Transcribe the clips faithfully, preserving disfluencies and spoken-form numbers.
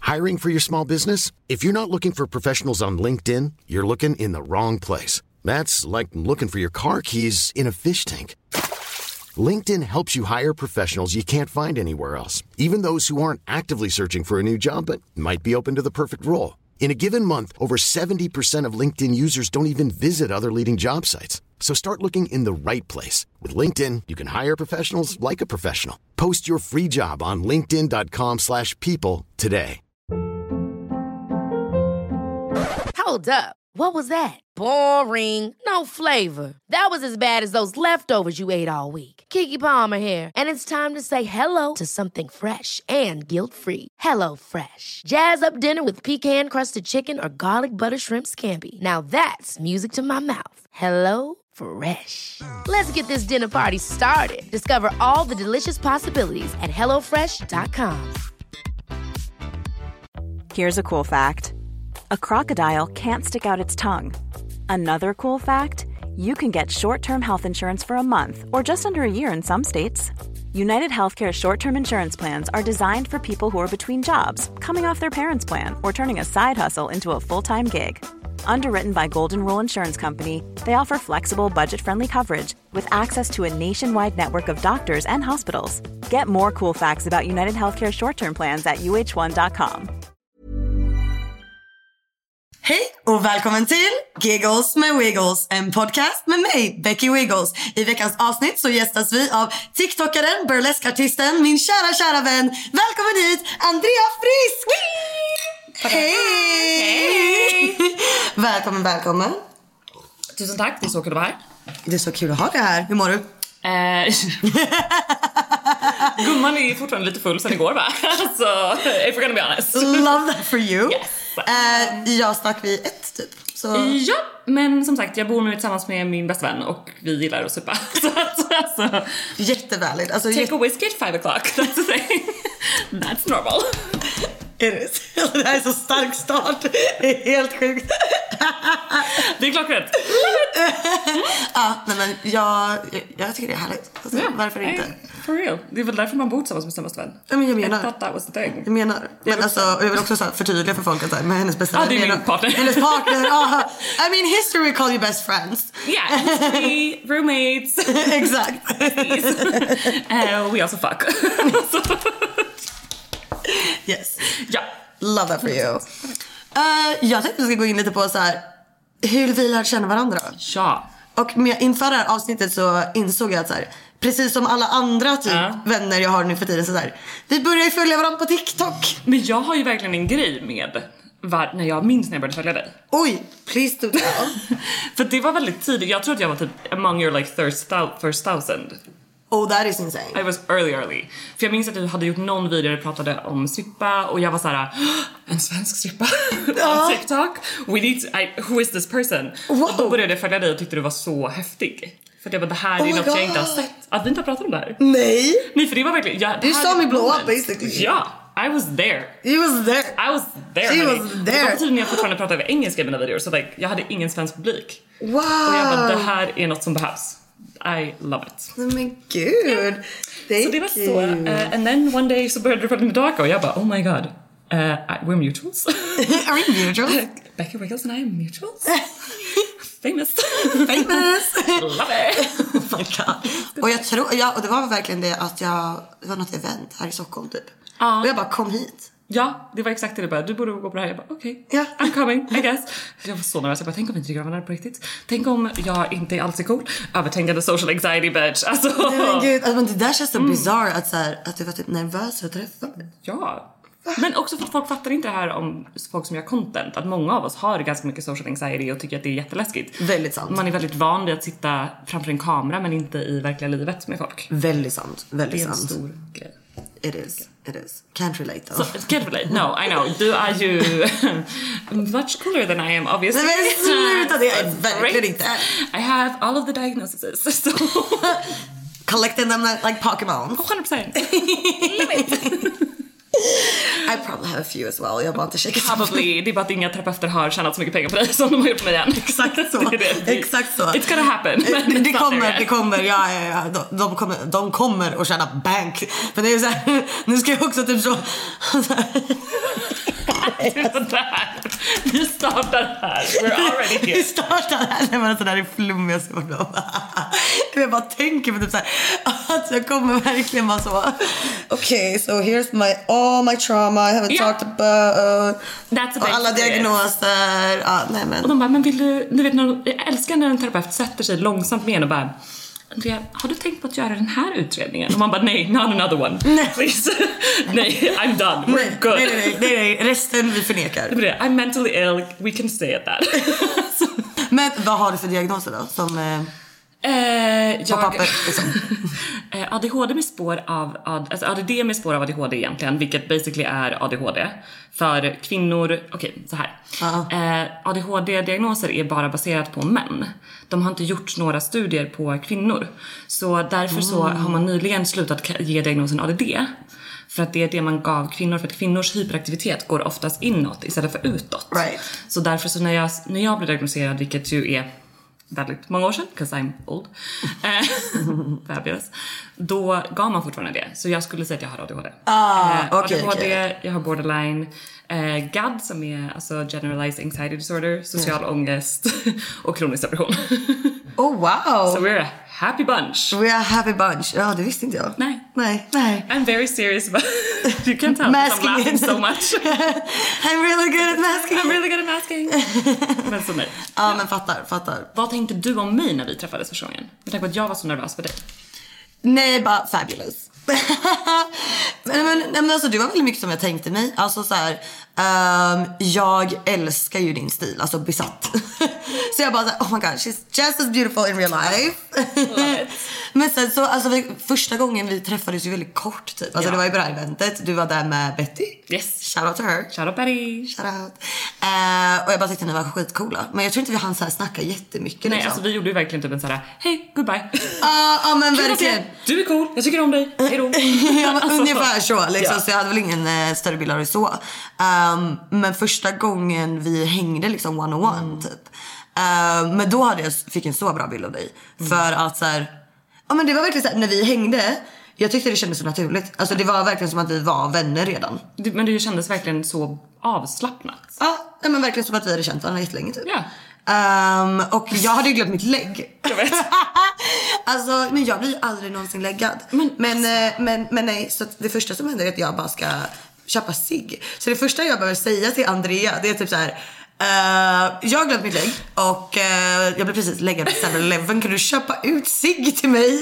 Hiring for your small business? If you're not looking for professionals on LinkedIn, you're looking in the wrong place. That's like looking for your car keys in a fish tank. LinkedIn helps you hire professionals you can't find anywhere else, even those who aren't actively searching for a new job but might be open to the perfect role. In a given month, over seventy percent of LinkedIn users don't even visit other leading job sites. So start looking in the right place. With LinkedIn, you can hire professionals like a professional. Post your free job on linkedin dot com slash people today. Hold up. What was that? Boring. No flavor. That was as bad as those leftovers you ate all week. Keke Palmer here, and it's time to say hello to something fresh and guilt-free. Hello Fresh. Jazz up dinner with pecan-crusted chicken or garlic butter shrimp scampi. Now that's music to my mouth. Hello Fresh. Let's get this dinner party started. Discover all the delicious possibilities at hello fresh dot com. Here's a cool fact. A crocodile can't stick out its tongue. Another cool fact, you can get short-term health insurance for a month or just under a year in some states. United Healthcare short-term insurance plans are designed for people who are between jobs, coming off their parents' plan, or turning a side hustle into a full-time gig. Underwritten by Golden Rule Insurance Company, they offer flexible, budget-friendly coverage with access to a nationwide network of doctors and hospitals. Get more cool facts about United Healthcare short-term plans at u h one dot com. Hej och välkommen till Giggles med Wiggles, en podcast med mig, Becky Wiggles. I veckans avsnitt så gästas vi av TikTokaren, burleskartisten, min kära, kära vän. Välkommen hit, Andrea Frisk! Hej! Hej! Välkommen, välkommen. Tusen tack, det är så kul att vara här. Det är så kul att ha dig här. Hur mår du? Eh, Gumman är fortfarande lite full sen igår, va? Så, if we're gonna be honest. Love that for you. Yes. Uh, jag stack vid ett typ. Så... Ja, men som sagt, jag bor nu tillsammans med min bästa vän och vi gillar att supa. Så, alltså, jätteväldigt. Alltså, take jätt... a whiskey at five o'clock, that's the thing. That's normal. It is. Det här är så stark start. Det är helt sjukt. Det är klockrent. Ja, nej men jag, jag, jag tycker det är härligt. Alltså, yeah, varför inte? I, for real. Det är väl därför man bor tillsammans med sin bästa vän. Ja, men jag menar. I thought that was the thing. Jag menar. Men alltså, jag vill också så här, förtydliga för folk att här, med hennes bästa ah, vän. Ja, det är min partner. Hennes partner. Uh, I mean, history we call you best friends. Yeah, history, roommates. Exakt. uh, we also fuck. Yes. Ja. Love that for you. Uh, jag tänkte att vi ska gå in lite på så här, hur vi lär känna varandra. Ja. Och med, inför det här avsnittet så insåg jag att så här, precis som alla andra typ ja. vänner jag har nu för tiden så där, vi börjar ju följa varandra på TikTok. Men jag har ju verkligen en grej med var, när jag minns när jag började följa dig. Oj, please do tell. För det var väldigt tidigt. Jag tror att jag var typ among your like first, first thousand. Oh, that is insane. I was early, early. För jag minns att du hade gjort någon video där du pratade om strippa. Och jag var såhär, en svensk strippa on TikTok. We need to, I, who is this person? Wow. Och då började jag följa dig och tyckte du var så häftig. För det var det här oh är något God. jag inte har sett. Att vi inte har pratat om det här. Nej. Nej, för det var verkligen... Ja, you saw me blow up basically. Ja. I was there. You was there. I was there. She honey. was there. Det var tydligen när jag fortfarande pratade över engelska i mina videor. Så like, jag hade ingen svensk publik. Wow. Och jag bara, det här är något som behövs. I love it. Oh my god. Thank så det var så. Uh, and then one day så började du prata med Darko. Och jag bara, oh my god. Uh, I, we're mutuals. Are we mutuals? Becky Wiggles and I are mutuals. Famous. Famous. Love it. Oh my god. Och jag tror, ja, och det var verkligen det att jag, det var något event här i Stockholm typ. Uh. Och jag bara kom hit. Ja, det var exakt det. Bara, du borde gå på det här. Jag bara, okej. Okay, yeah. I'm coming, I guess. Jag var så nervös. Jag bara, tänk om vi inte tycker om varandra på riktigt. Tänk om jag inte är alls cool. Övertänkande social anxiety bitch. Alltså. Nej men gud, alltså, det där känns så mm. bizarre att, så här, att du var typ nervös att träffa mig. Ja. Men också för att folk fattar inte det här om folk som gör content. Att många av oss har ganska mycket social anxiety och tycker att det är jätteläskigt. Väldigt sant. Man är väldigt van vid att sitta framför en kamera men inte i verkliga livet med folk. Väldigt sant, väldigt sant. Det är en stor grej. It is, it is. Can't relate though. So, can't relate, no, I know. Du är ju much cooler than I am, obviously. Nej men sluta, det är verkligen inte. I have all of the diagnoses. So. Collecting them like, like Pokemon. one hundred percent. Love it. I probably have a few as well. Jag bara inte checkat. Probably. Det är bara att inga terapeuter har tjänat så mycket pengar på dig som de har gjort med mig än. Exakt så. det är det. Exakt så. It's gonna happen. Det, det kommer, det kommer. Ja, ja, ja. De, de kommer, de kommer att tjäna bank. Men det är så här, nu ska jag också typ så. Det var där. Vi startar här. We're already here. Vi startar här. Nej, men alltså, det här är flummigaste jag varit med. Jag bara tänker på typ så här, att jag kommer verkligen bara så. Okej, okay, so here's my all my trauma I haven't yeah. talked about. That's och alla diagnoser. Ah, nej, men. Och de bara, men vill du, du vet, när, jag älskar när en terapeut sätter sig långsamt med en och bara, Andrea, har du tänkt på att göra den här utredningen? Och man bara, nej, not another one. Nej. Please. Nej, I'm done. We're nej, good. Nej, nej, nej, nej, resten vi förnekar. I'm mentally ill. We can stay at that. Men vad har du för diagnoser då? Som... Eh... Eh, jag, papper, liksom. eh, A D H D med spår av alltså A D D med spår av A D H D egentligen, vilket basically är A D H D för kvinnor. Okej, okay, så här. Uh-huh. eh, A D H D-diagnoser är bara baserat på män. De har inte gjort några studier på kvinnor. Så därför mm. så har man nyligen slutat ge diagnosen A D D. För att det är det man gav kvinnor. För att kvinnors hyperaktivitet går oftast inåt istället för utåt. Right. Så därför så när jag, när jag blev diagnoserad, vilket ju är väldigt många år sedan, because I'm old. Fabulous. Då gav man fortfarande det. Så jag skulle säga att jag har A D H D. Ah, eh, okay, A D H D, okay. Jag har borderline. Eh, G A D som är alltså generalized anxiety disorder, social mm. ångest och kronisk depression. Oh wow. So we're a happy bunch. We're a happy bunch. Ja, det visste inte jag. Nej. Nej, nej. I'm very serious about you can tell I'm laughing so much. I'm really good at masking. I'm really good at masking. Men så nej. Ja, men fattar, fattar. Vad tänkte du om mig när vi träffades första gången? Jag tänkte på att jag var så nervös för dig. Nej, bara fabulous. men, men, men alltså det var väldigt mycket som jag tänkte mig. Alltså så här, um, jag älskar ju din stil, alltså besatt. Så jag bara så här, oh my god, she's just as beautiful in real life. Men sen så, alltså vi, första gången vi träffades ju väldigt kort typ. Alltså ja. Det var ju på det här eventet, du var där med Betty. Yes. Shout out to her. Shout out Betty. Shout out. Uh, och jag bara tyckte att ni var skitcoola. Men jag tror inte vi hann så här snacka jättemycket. Nej, liksom. alltså vi gjorde ju verkligen typ en så här, hej, goodbye. Ja, uh, uh, men verkligen. Du är cool, jag tycker om dig, hejdå. Ja, men alltså, ungefär så liksom, ja. Så jag hade väl ingen uh, större bild av det så. Um, men första gången vi hängde liksom one on one mm. typ. Uh, men då hade jag, fick en så bra bild av dig. Mm. För att så här, ja men det var verkligen så här, när vi hängde, jag tyckte det kändes så naturligt. Alltså det var verkligen som att vi var vänner redan. Det, men det kändes verkligen så avslappnat. Ja, men verkligen som att vi hade känt varandra jättelänge typ. Ja. Um, och jag hade ju glömt mitt lägg. Jag vet. Alltså, men jag blir ju aldrig någonsin läggad. Men, men, men, men nej, så det första som händer är att jag bara ska köpa cigg. Så det första jag behöver säga till Andrea, det är typ så här. Uh, jag har glömt mitt lägg och uh, jag blev precis läggad på seven eleven. Kan du köpa ut cigg till mig?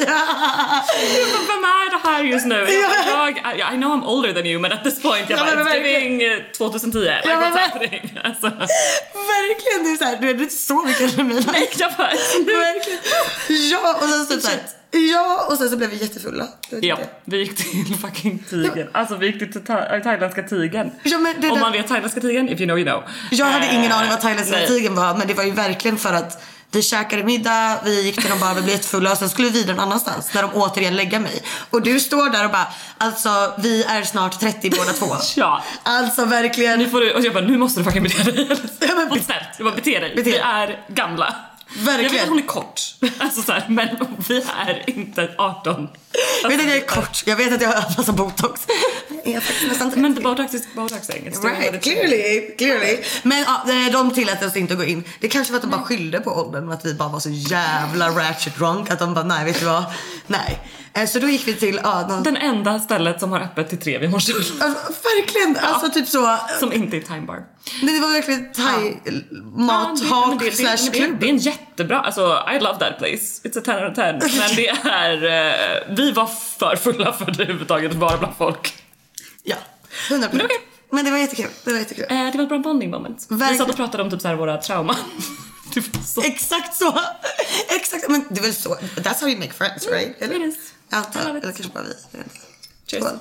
Vem är det här just nu? Jag, jag, I know I'm older than you, men at this point jag bara, it's giving tjugohundratio. Like, ja, what's happening? Alltså. Verkligen, det är såhär, du är inte så mycket med mig. Nej, jag bara, verkligen. Ja, och sen så, så här, ja, och sen så blev vi jättefulla. Ja, vi gick till fucking tigen. Alltså vi gick till ta- thailändska tigen. Ja, men det, om det, man vet thailändska tigen, if you know you know. Jag hade ingen uh, aning vad thailändska nej. tigen var. Men det var ju verkligen för att vi käkade middag, vi gick till de bara, vi blev jättefulla. Och sen skulle vi vidare någon annanstans, när de återigen lägga mig. Och du står där och bara, alltså vi är snart trettio båda två. Ja. Alltså verkligen. Nu får du, och jag bara, nu måste du fucking bete dig. Ja, men, be- snällt, jag bara, bete dig. Bete. Vi är gamla. Verkligen. Jag vet att hon är kort, alltså så här, men vi är inte arton. Jag vet att jag är kort, jag vet att jag har massa botox. Jag är faktiskt nästan trettio. Men botox är botoxing. Right, clearly, clearly. Men ja, de tillät oss inte att gå in. Det kanske var att de bara skyllde på åldern och att vi bara var så jävla ratchet drunk att de bara, nej vet du vad, nej. Så då gick vi till ja, någon... den enda stället som har öppet till tre vid Hornstull. Alltså, verkligen, ja. Alltså typ så. Som inte är time bar. Men det var verkligen thai ja. mat ja, hak slash klubb. Det är en jättebra, alltså I love that place. It's a ten out of ten. Men det är, uh, vi var för fulla för det överhuvudtaget att vara bland folk. Ja, hundra procent. Men, okay. Men det var jättekul. Det var jättekul. Uh, det var ett bra bonding moment. Verkligen. Vi satt och pratade om typ så här våra trauman. så. Exakt så. Exakt, men det var så. That's how you make friends, right? Eller? It is. Ja, eller kanske bara vi. Cheers. Cool.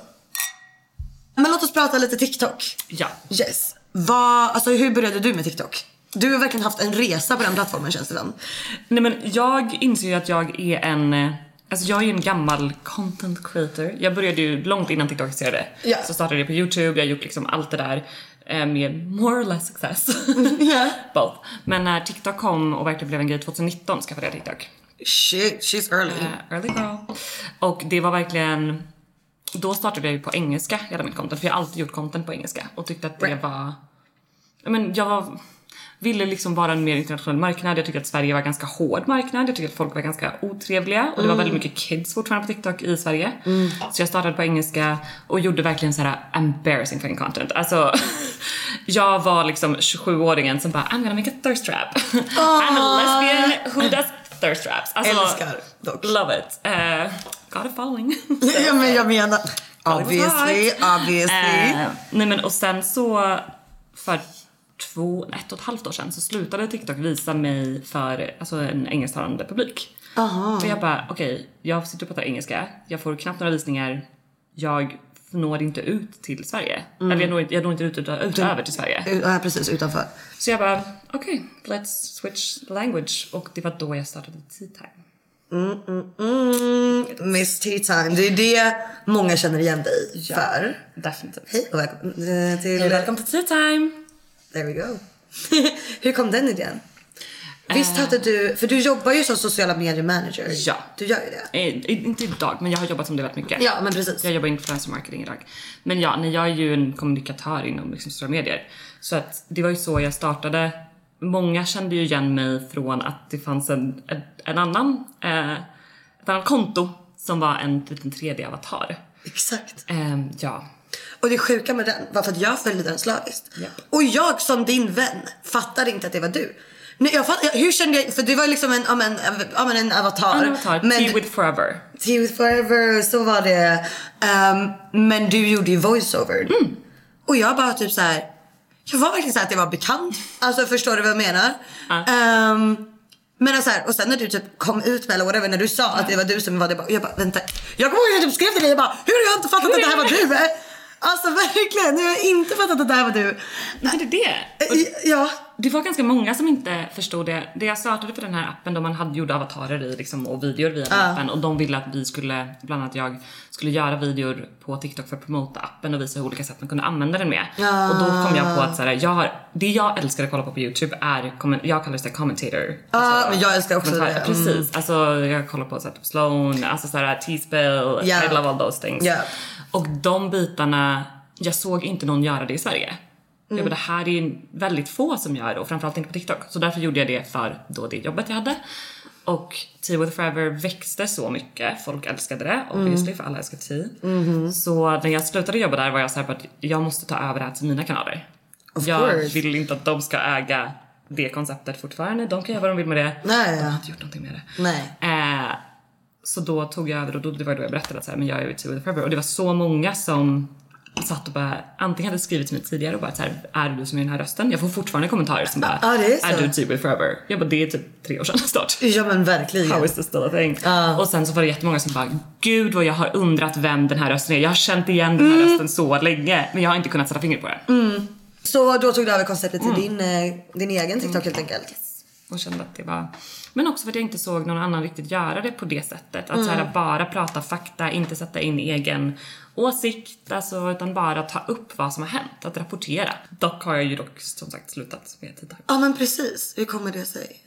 Men låt oss prata lite TikTok. Ja. Yes. Vad, alltså hur började du med TikTok? Du har verkligen haft en resa på den plattformen, känns det som. Nej, men jag inser ju att jag är en... Alltså jag är en gammal content creator. Jag började ju långt innan TikTok existerade. Ja. Så startade jag på YouTube. Jag har gjort liksom allt det där med more or less success. Yeah. Both. Men när TikTok kom och verkligen blev en grej tjugonitton skaffade jag TikTok. Shit, she's early. Uh, early girl. Och det var verkligen... Då startade jag ju på engelska hela mitt content. För jag har alltid gjort content på engelska. Och tyckte att det right. var men jag var, ville liksom vara en mer internationell marknad. Jag tyckte att Sverige var en ganska hård marknad. Jag tyckte att folk var ganska otrevliga. Och det mm. var väldigt mycket kids fortfarande på TikTok i Sverige. Mm. Så jag startade på engelska och gjorde verkligen så här embarrassing fucking content. Alltså, jag var liksom tjugosju-åringen som bara, I'm gonna make a thirst trap. Oh. I'm a lesbian who does thirst traps. Alltså, älskar dock. Love it. Uh, got a following. Ja, men jag menar, obviously, obviously. Uh, nej men och sen så för två, ett och ett halvt år sedan så slutade TikTok visa mig för alltså, en engelsktalande publik. Aha. För jag bara, okej, okay, jag sitter och pratar engelska. Jag får knappt några visningar. Jag når inte ut till Sverige. Mm. Eller jag når, jag når inte ut, ut, ut över till Sverige. Ja, precis, utanför. Så jag bara, okej, okay, let's switch language. Och det var då jag startade Tea Time. Mm, mm, mm. Miss Tea Time. Det är det många känner igen dig ja, för. Definitivt. Hej och välkommen till... Hej, välkommen till Tea Time. There we go. Hur kom den idén? Visst hade du, för du jobbar ju som sociala medier manager. Ja. Du gör ju det. Eh, inte idag, men jag har jobbat som det väldigt mycket. Ja, men precis. Jag jobbar influencer marketing idag. Men ja, nej, jag är ju en kommunikatör inom liksom, sociala medier. Så att det var ju så jag startade. Många kände ju igen mig från att det fanns en, en, en annan eh, ett annat konto som var en liten tre D-avatar. Exakt. Eh, ja. Och det sjuka med den var för att jag följde den slaviskt. Yep. Och jag som din vän fattade inte att det var du. Nej, jag fatt, hur kände jag, för det var liksom en, ja, men, ja, men en avatar. En avatar, men, Tea with Forever. Tea with Forever, så var det. Um, men du gjorde ju voiceover. Mm. Och jag bara typ så här. Jag var verkligen så här att det var bekant. Alltså förstår du vad jag menar? Uh. Um, men alltså här, och sen när du typ kom ut med eller whatever, när du sa uh. att det var du som var det, bara, jag bara vänta. Jag kommer ihåg att jag typ skrev till dig, jag bara, hur har jag inte fattat att det här var du? Alltså verkligen, jag har inte fattat att det här var du. Men det är det. Och ja. Det var ganska många som inte förstod det. Det jag startade på den här appen då man hade gjort avatarer i liksom, och videor via den uh. appen. Och de ville att vi skulle, bland annat jag, skulle göra videor på TikTok för att promota appen och visa hur olika sätt man kunde använda den med. Uh. Och då kom jag på att så här, jag har, det jag älskar att kolla på på YouTube är, jag kallar det commentator. Alltså, uh, men jag älskar också det. Mm. Precis, alltså jag kollar på så här, Sloan, alltså så här, T-spill, yeah. I love all those things. Yeah. Och de bitarna, jag såg inte någon göra det i Sverige. Mm. Jag bara, det här är väldigt få som gör det, och framförallt inte på TikTok. Så därför gjorde jag det för då det jobbet jag hade. Och Tea with Forever växte så mycket. Folk älskade det, obviously, mm. för alla älskar Tea. Mm-hmm. Så när jag slutade jobba där var jag så här på att jag måste ta över det här till mina kanaler. Of jag course. vill inte att de ska äga det konceptet fortfarande. De kan göra vad de vill med det. Nej, de har inte gjort någonting med det. Nej. Eh, så då tog jag över, och då, det var då jag berättade att så här, men jag är ju Tea with Forever. Och det var så många som satt och bara, antingen hade skrivit till mig tidigare och bara så här, är du som är den här rösten? Jag får fortfarande kommentarer som bara, ah, är, är du Tea with Forever? Jag bara, det är typ tre år sedan start. Ja men verkligen. How is this still a thing? Uh. Och sen så var det jättemånga som bara, gud vad jag har undrat vem den här rösten är. Jag har känt igen den här mm. rösten så länge, men jag har inte kunnat sätta fingret på det. Mm. Så då tog du över konceptet till mm. din, din egen TikTok helt enkelt. Yes. Och kände att det var, men också för att jag inte såg någon annan riktigt göra det på det sättet. Att mm. så här, bara prata fakta, inte sätta in egen åsikt, alltså, utan bara ta upp vad som har hänt, att rapportera. Dock har jag ju dock som sagt slutat med Tea Time. Ja men precis, hur kommer det sig?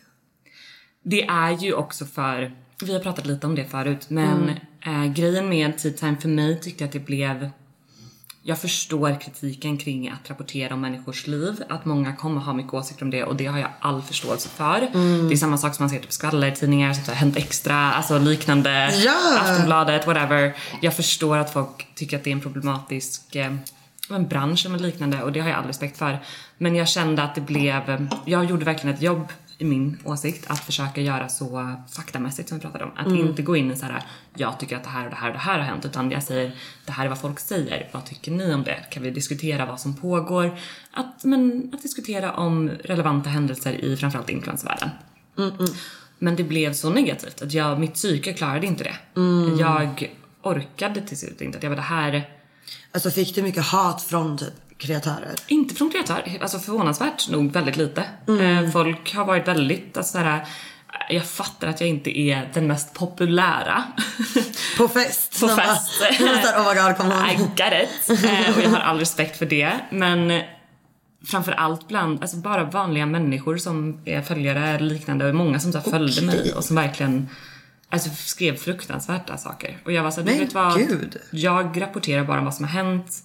Det är ju också för, vi har pratat lite om det förut, men mm. äh, grejen med Tea Time för mig tyckte jag att det blev, jag förstår kritiken kring att rapportera om människors liv, att många kommer ha mycket åsikter om det, och det har jag all förståelse för. Mm. Det är samma sak som man ser på skvallertidningar, som Hänt Extra, alltså liknande, ja. Aftonbladet, whatever. Jag förstår att folk tycker att det är en problematisk eh, en bransch eller liknande, och det har jag all respekt för. Men jag kände att det blev, jag gjorde verkligen ett jobb i min åsikt att försöka göra så faktamässigt som vi pratade om. Att mm. inte gå in i så här, jag tycker att det här och det här och det här har hänt, utan jag säger, det här är vad folk säger. Vad tycker ni om det? Kan vi diskutera vad som pågår? Att, men, att diskutera om relevanta händelser i framförallt influencervärlden. Mm, mm. Men det blev så negativt att jag, mitt psyke klarade inte det. Mm. Jag orkade till slut inte. Att jag var det här... Alltså fick du mycket hat från typ kreatörer? Inte från kreatörer, alltså förvånansvärt nog väldigt lite. Mm. Folk har varit väldigt, alltså såhär, jag fattar att jag inte är den mest populära. På fest. På fest. Oh my God, come on. I got it. Och jag har all respekt för det. Men framförallt bland, alltså bara vanliga människor som är följare eller liknande. Många som så okay. följde mig och som verkligen... Alltså skrev fruktansvärda saker. Och jag var så här, du vet vad, Gud. jag rapporterar bara om vad som har hänt.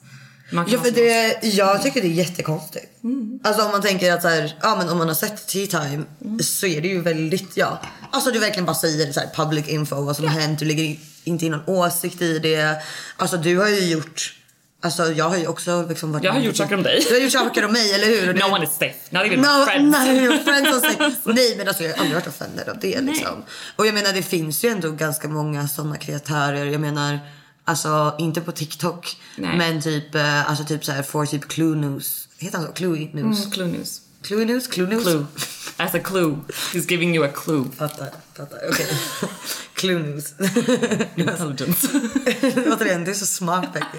Ja, för det, jag tycker det är jättekonstigt. Mm. Alltså om man tänker att så här, ja, men om man har sett Tea Time mm. så är det ju väldigt, ja. Alltså du verkligen bara säger så här, public info, vad som ja. har hänt. Du lägger inte in någon åsikt i det. Alltså du har ju gjort... Alltså jag har ju också liksom varit... Jag har gjort saker om dig. Du har gjort saker om mig, eller hur? No one is safe. Not even no, friends. No, friends are safe. Nej, men alltså jag har aldrig varit offended av det liksom. Och jag menar, det finns ju ändå ganska många sådana kreatörer. Jag menar, alltså inte på TikTok. Nej. Men typ, alltså typ så här för typ Clue News. Heter han så? Clue News? Mm, Clue News. Clue News? Clue News? Clue. As a clue. He's giving you a clue. Fattar, fattar. Okej. Okay. Clue News. Intelligence. Återigen, det är så smart faktiskt.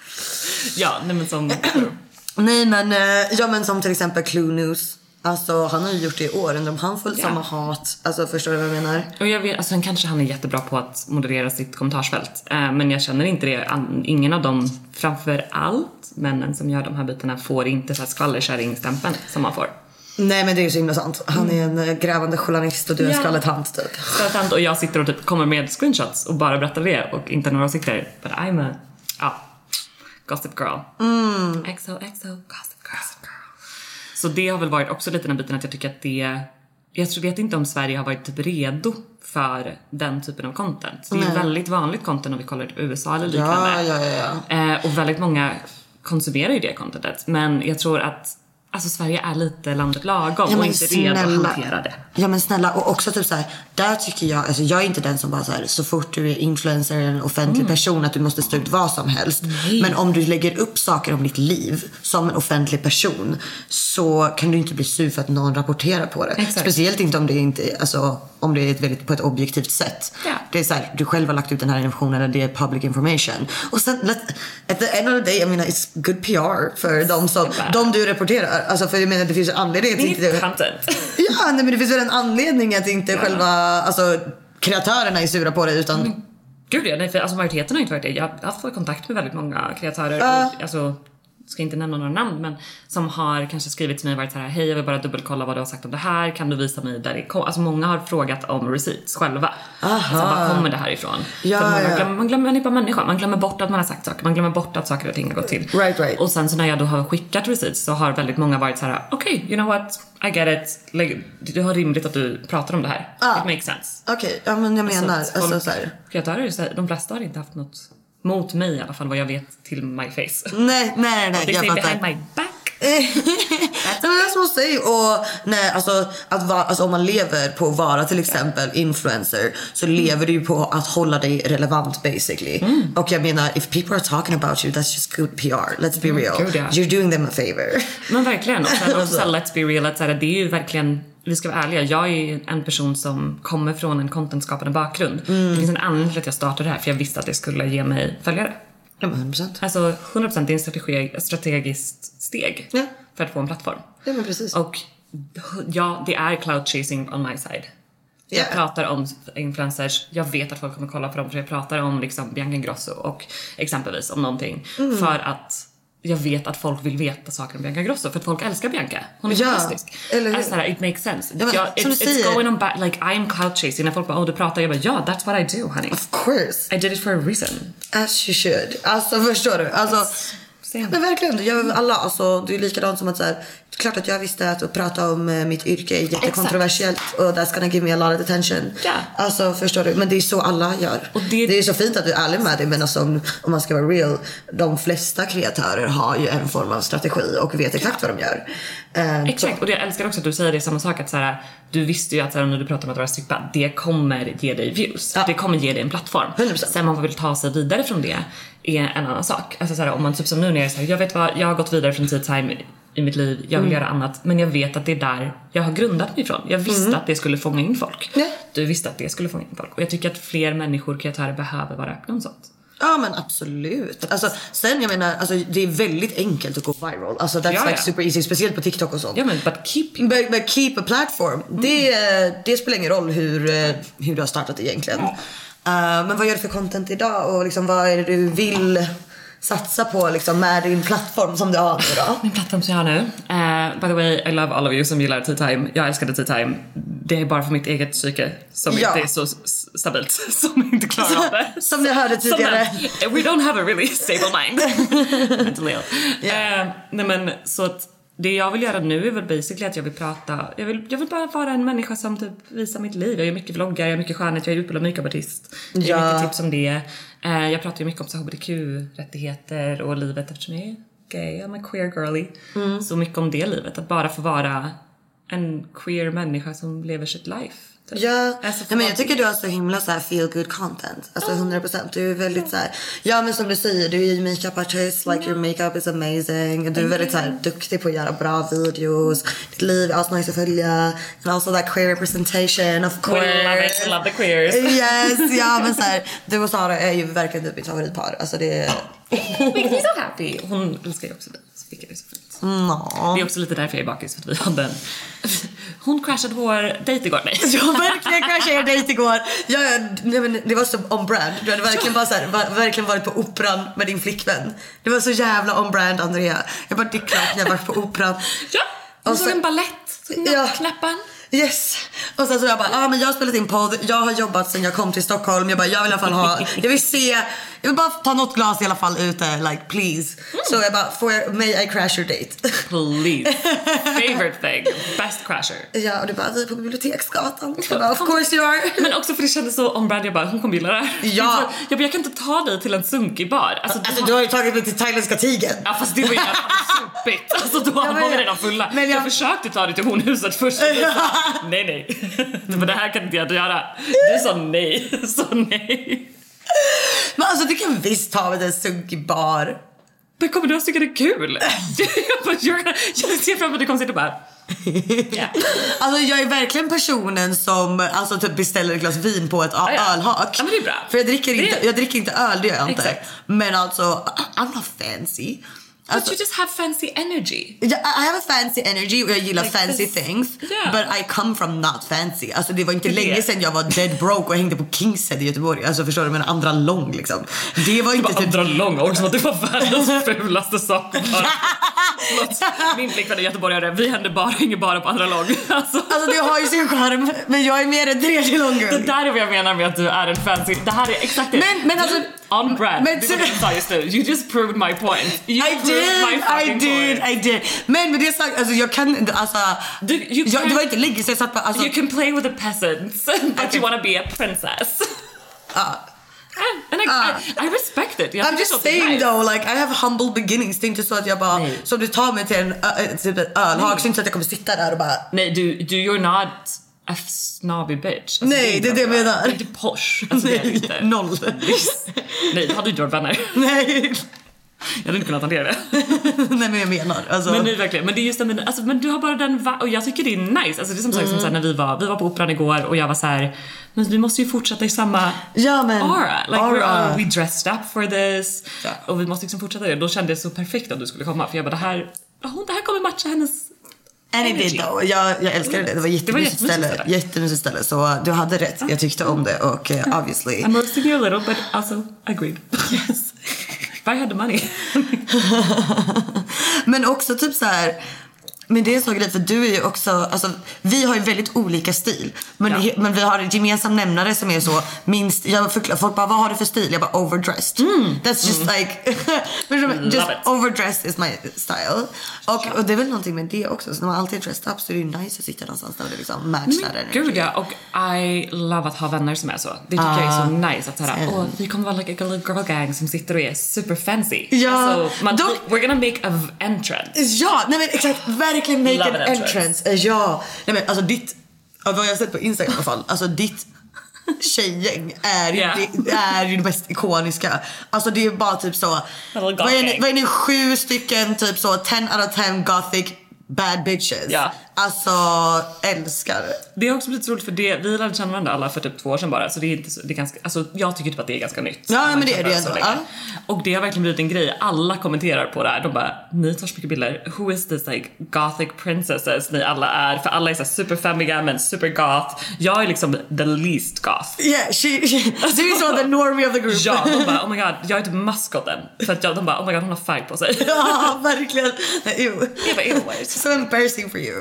Ja, nej men som... nej men, ja men som till exempel Clue News. Alltså han har ju gjort det i år. Undrar om han får yeah. samma hat. Alltså förstår du vad jag menar? Och jag vet, alltså han kanske han är jättebra på att moderera sitt kommentarsfält. eh, Men jag känner inte det. Ingen av dem, framför allt männen som gör de här bitarna, får inte så här skvallerkärringstämpeln som man får. Nej men det är ju så himla sant. Han är en grävande journalist och du är en ja. skvallertant typ. Skvallertant, och jag sitter och typ kommer med screenshots och bara berättar det och inte några åsikter. But I'm a... Ja. Gossip girl. Mm. X O X O Gossip girl. Så det har väl varit också lite den biten att jag tycker att det... Jag tror, vet inte om Sverige har varit typ redo för den typen av content. Det är mm. väldigt vanligt content om vi kollar på U S A eller liknande. Ja, ja, ja, ja. Eh, och väldigt många konsumerar ju det contentet. Men jag tror att alltså Sverige är lite landet lagom ja, och inte snälla. redo att hantera det. Ja men snälla, och också typ så här, där tycker jag, alltså jag är inte den som bara så här, så fort du är influencer eller en offentlig mm. person att du måste stå ut vad som helst. Nej. Men om du lägger upp saker om ditt liv som en offentlig person så kan du inte bli sur för att någon rapporterar på det. Exakt. Speciellt inte om det inte, alltså om det är ett väldigt, på ett objektivt sätt. Ja. Det är så här, du själv har lagt ut den här informationen, det är public information. Och sen, let, at the end of the day, I mean, it's good P R för de som, de du rapporterar. Alltså för jag menar, det finns en anledning att inte... Det content. Ja, nej, men det finns väl en anledning att inte ja. själva, alltså kreatörerna är sura på det utan... Mm. Gud ja, nej, för alltså majoriteten har inte varit det. Jag har haft kontakt med väldigt många kreatörer uh. och alltså... ska inte nämna några namn, men som har kanske skrivit till mig och varit så här: hej, jag vill bara dubbelkolla vad du har sagt om det här, kan du visa mig där det kom? Alltså många har frågat om receipts själva. Alltså var kommer det här ifrån? Ja, För ja. glömmer, man glömmer man är bara människa, man glömmer bort att man har sagt saker, man glömmer bort att saker och ting har gått till. Right, right. Och sen så när jag då har skickat receipts så har väldigt många varit så här: okej, okay, you know what, I get it, like, det har rimligt att du pratar om det här. Ah. It makes sense. Okej, okay. Ja men jag menar alltså, alltså, så här. Kreatörer, de flesta har inte haft något mot mig i alla fall, vad jag vet, till my face. Nej, nej, nej, jag fattar. Behind my back. That's what I say. Och nej, alltså, att va, alltså om man lever på att vara till exempel influencer, så mm. lever du ju på att hålla dig relevant basically. Mm. Och jag menar, if people are talking about you, that's just good P R. Let's be real. Mm, yeah. You're doing them a favor. Men verkligen. Och sen också, let's be real, att, så här, det är ju verkligen, vi ska vara ärliga, jag är en person som kommer från en contentskapande bakgrund. Mm. Det finns en anledning till att jag startade det här, för jag visste att det skulle ge mig följare. Ja, hundra procent. Alltså hundra procent är en strategi, strategiskt steg ja. för att få en plattform. Ja, men precis. Och ja, det är cloud chasing on my side. Jag yeah. pratar om influencers, jag vet att folk kommer kolla på dem, för jag pratar om liksom Bianca Ingrosso och exempelvis om någonting. Mm. För att jag vet att folk vill veta saker om Bianca Ingrosso, för att folk älskar Bianca. Hon är ja, fantastisk. Eller hur? Alltså, it makes sense. Ja, men, jag, it, it's going on back, like I'm cloud chasing. När folk bara, oh, du pratar, jag bara, ja, that's what I do, honey. Of course. I did it for a reason. As you should. Alltså, förstår du? Alltså, men verkligen, jag, alla, alltså, det är likadant som att så här, klart att jag visste att, att prata om uh, mitt yrke är jättekontroversiellt och that's gonna give me a lot of attention. Yeah. Alltså, förstår du? Men det är så alla gör. Och det... det är så fint att du är ärlig med det, men alltså, om, om man ska vara real, de flesta kreatörer har ju en form av strategi och vet exakt vad de gör. Uh, exakt, så. Och jag älskar också att du säger det samma sak, att så här, du visste ju att så här, när du pratar om att vara strippa, det kommer ge dig views. Ja. Det kommer ge dig en plattform. hundra procent. Sen man vill ta sig vidare från det är en annan sak. Alltså så här, om man typ som nu när jag säger, jag vet vad, jag har gått vidare från Tea Time i mitt liv, jag vill mm. göra annat, men jag vet att det är där jag har grundat mig ifrån. Jag visste mm. att det skulle fånga in folk. Yeah. Du visste att det skulle fånga in folk. Och jag tycker att fler människor, kreatörer, behöver vara öppna om sånt. Ja, men absolut. Alltså, sen jag menar, alltså, det är väldigt enkelt att gå viral. Alltså, that's ja, like ja. super easy, speciellt på TikTok och sånt. Ja, men but keep but, but keep a platform. Mm. Det, det spelar ingen roll hur, hur du har startat egentligen. Mm. Uh, men vad gör du för content idag? Och liksom, vad är det du vill satsa på liksom, med din plattform som du har nu då? Min plattform som jag har nu. Uh, by the way, I love all of you som gillar Tea Time. Jag älskade Tea Time det är bara för mitt eget psyke som ja. inte är så stabilt, som inte klarar av det. Som ni hörde tidigare. Som, we don't have a really stable mind. Mentally ill. Yeah. Uh, nej men så att det jag vill göra nu är väl basically att jag vill prata. Jag vill, jag vill bara vara en människa som typ visar mitt liv. Jag gör mycket vloggar, jag gör mycket skönhet, jag är utbildad makeupartist. Jag ger ja. mycket tips om det. Uh, jag pratar ju mycket om H B T Q-rättigheter och livet eftersom jag är gay. I'm a queer girly. Mm. Så mycket om det livet. Att bara få vara en queer människa som lever sitt life. Ja, alltså, nej, men jag tycker du har så himla så här feel good content. Alltså hundra procent. Du är väldigt så här, ja men som du säger, du är ju makeup artist, like your makeup is amazing. Du är väldigt så här duktig på att göra bra videos. Ditt liv är alltså nice att följa. And also that queer representation of course. We love it, we love the queers. Yes, ja men så här, du och Sara är ju verkligen typ mitt favoritpar. Alltså det är... Makes me so happy. Hon älskar ju också dig. Vilket är så fint. No. Det är också lite därför jag är bakis, för att vi hade en... Hon crashade vår dejt igår. Nej. Jag verkligen crashade er dejt igår. Ja, ja, nej, men det var så on brand. Du hade verkligen bara så här, var, verkligen varit på operan med din flickvän. Det var så jävla on brand, Andrea. Jag bara dickade när jag varit på operan. Ja, hon och såg så, en ballett. Ja. Knappan. Yes. Och sen så jag bara, ja ah, men jag har spelat in podd. Jag har jobbat sen jag kom till Stockholm. Jag bara, jag vill i alla fall ha, jag vill se, jag vill bara ta något glas i alla fall ute, like please. Mm. Så jag bara, får jag, may I crash your date? Please. Favorite thing. Best crasher. Ja, och du bara, vi är på Biblioteksgatan. Jag bara, of course you are. Men också för det kändes så on brand, jag bara, hon kommer gilla det här. Ja. Jag bara, jag kan inte ta dig till en sunkig bar. Alltså, alltså du har ju tagit mig till thailändska tigern. Ja, fast det var ju sumpigt. Alltså då ja, var vi redan fulla. Men jag... jag försökte ta dig till hornhuset först. Nej, nej. Men det här kan inte jag göra. Du sa nej. Så nej. Men alltså du kan visst ta med en sunkig bar. Men kommer du att tycka det är kul? Jag ser fram emot att du kommer sitta och bara yeah. Alltså jag är verkligen personen som alltså typ beställer ett glas vin på ett ah, ja. ölhak. Ja, men det är bra. För jag dricker det... inte jag dricker inte öl, det gör jag inte. Exakt. Men alltså I'm not fancy. But alltså, you just have fancy energy. I have a fancy energy och jag gillar like fancy this. things. Yeah. But I come from not fancy. Alltså det var inte det länge det. sedan jag var dead broke och hängde på Kingshead i Göteborg. Alltså förstår du, men andra lång liksom. Det var inte typ... andra lång också, att det var världens fulaste sak. Min flickvän är göteborgare. Vi hände bara, hänger bara på andra lång. Alltså. alltså det har ju sin charm. Men jag är mer en tredje lång girl. Det där är vad jag menar med att du är en fancy. Det här är exakt det. Men, men alltså on brand. Men, det var det jag sa just nu. You just proved my point. You I did, I did, I did. Men med det sagt, alltså jag kan inte, alltså du, you jag, det var inte länge så jag satt på, alltså you can play with the peasants but okay. you want to be a princess. Uh, And I, uh, I, I respect it. Jag I'm just saying nice. Though, like I have humble beginnings. Det är inte så att jag bara, nej. Så du tar mig till en uh, typ ett ölhak, så inte att jag kommer sitta där och bara nej, du, du you're not a snobby bitch. Alltså, nej, det är det jag menar. Det är inte posh. Alltså, nej, det är inte. Noll. Nej, du hade inte varit vänner. Nej. Jag hade inte kunnat hantera det. Nej, men jag menar alltså. Men nu verkligen, men det är just det, men, alltså, men du har bara den va- och jag tycker det är nice. Alltså det är som sagt mm. som så här, när vi var vi var på operan igår och jag var så här, men vi måste ju fortsätta i samma ja, men, aura. Like aura. We're all, we dressed up for this. Ja. Och vi måste liksom fortsätta det. Då kände det så perfekt att du skulle komma, för jag bara det här oh, det här kommer matcha hennes. And it did though. Jag, jag älskade det. Det var jättemysigt ställe. Jättemysigt ställe. Så du hade rätt. Jag tyckte om det. Och uh, obviously I'm roasting you a little but also agreed. Yes. I had the money. Men också typ så här. Men det är så grej, för du är ju också, alltså, vi har ju väldigt olika stil. Men, ja. men vi har en gemensam nämnare som är så minst, jag förklarar, folk bara, vad har du för stil? Jag bara, overdressed. Mm. That's just mm. like just overdressed is my style. Och, och det är väl någonting med det också. Så när man alltid är dressed up så är det ju nice att sitta någonstans där det liksom matchar energy. Gud ja, och I love att ha vänner som är så. Det tycker uh, jag är så nice att såhär, åh, vi kommer vara like a girl gang som sitter och är super fancy. Ja, alltså, man, då, we're gonna make an entrance. Ja, nej men exakt, verkligen make an entrance. entrance. Ja, nej men alltså ditt, vad jag har sett på Instagram i alla fall, alltså ditt tjejgäng är ju, yeah. det, är ju det mest ikoniska. Alltså det är bara typ så, vad är, ni, vad är ni, sju stycken typ så ten out of ten gothic bad bitches. Ja. Alltså älskar det. Det är också blivit roligt för det, vi lärde känna varandra alla för typ två år sedan bara. Så det är inte så, det är ganska, alltså jag tycker typ att det är ganska nytt. Ja men det är det ändå. Ja. Och det har verkligen blivit en grej. Alla kommenterar på det här. De bara, ni tar så mycket bilder. Who is this like gothic princesses ni alla är? För alla är så super femmiga men super goth. Jag är liksom the least goth. Yeah, she, she, du är så the normie of the group. Ja, de bara, oh my god, jag är typ maskoten. För att jag, de bara, oh my god, hon har färg på sig. Ja, verkligen. Ew. Jag bara, ew, so embarrassing for you.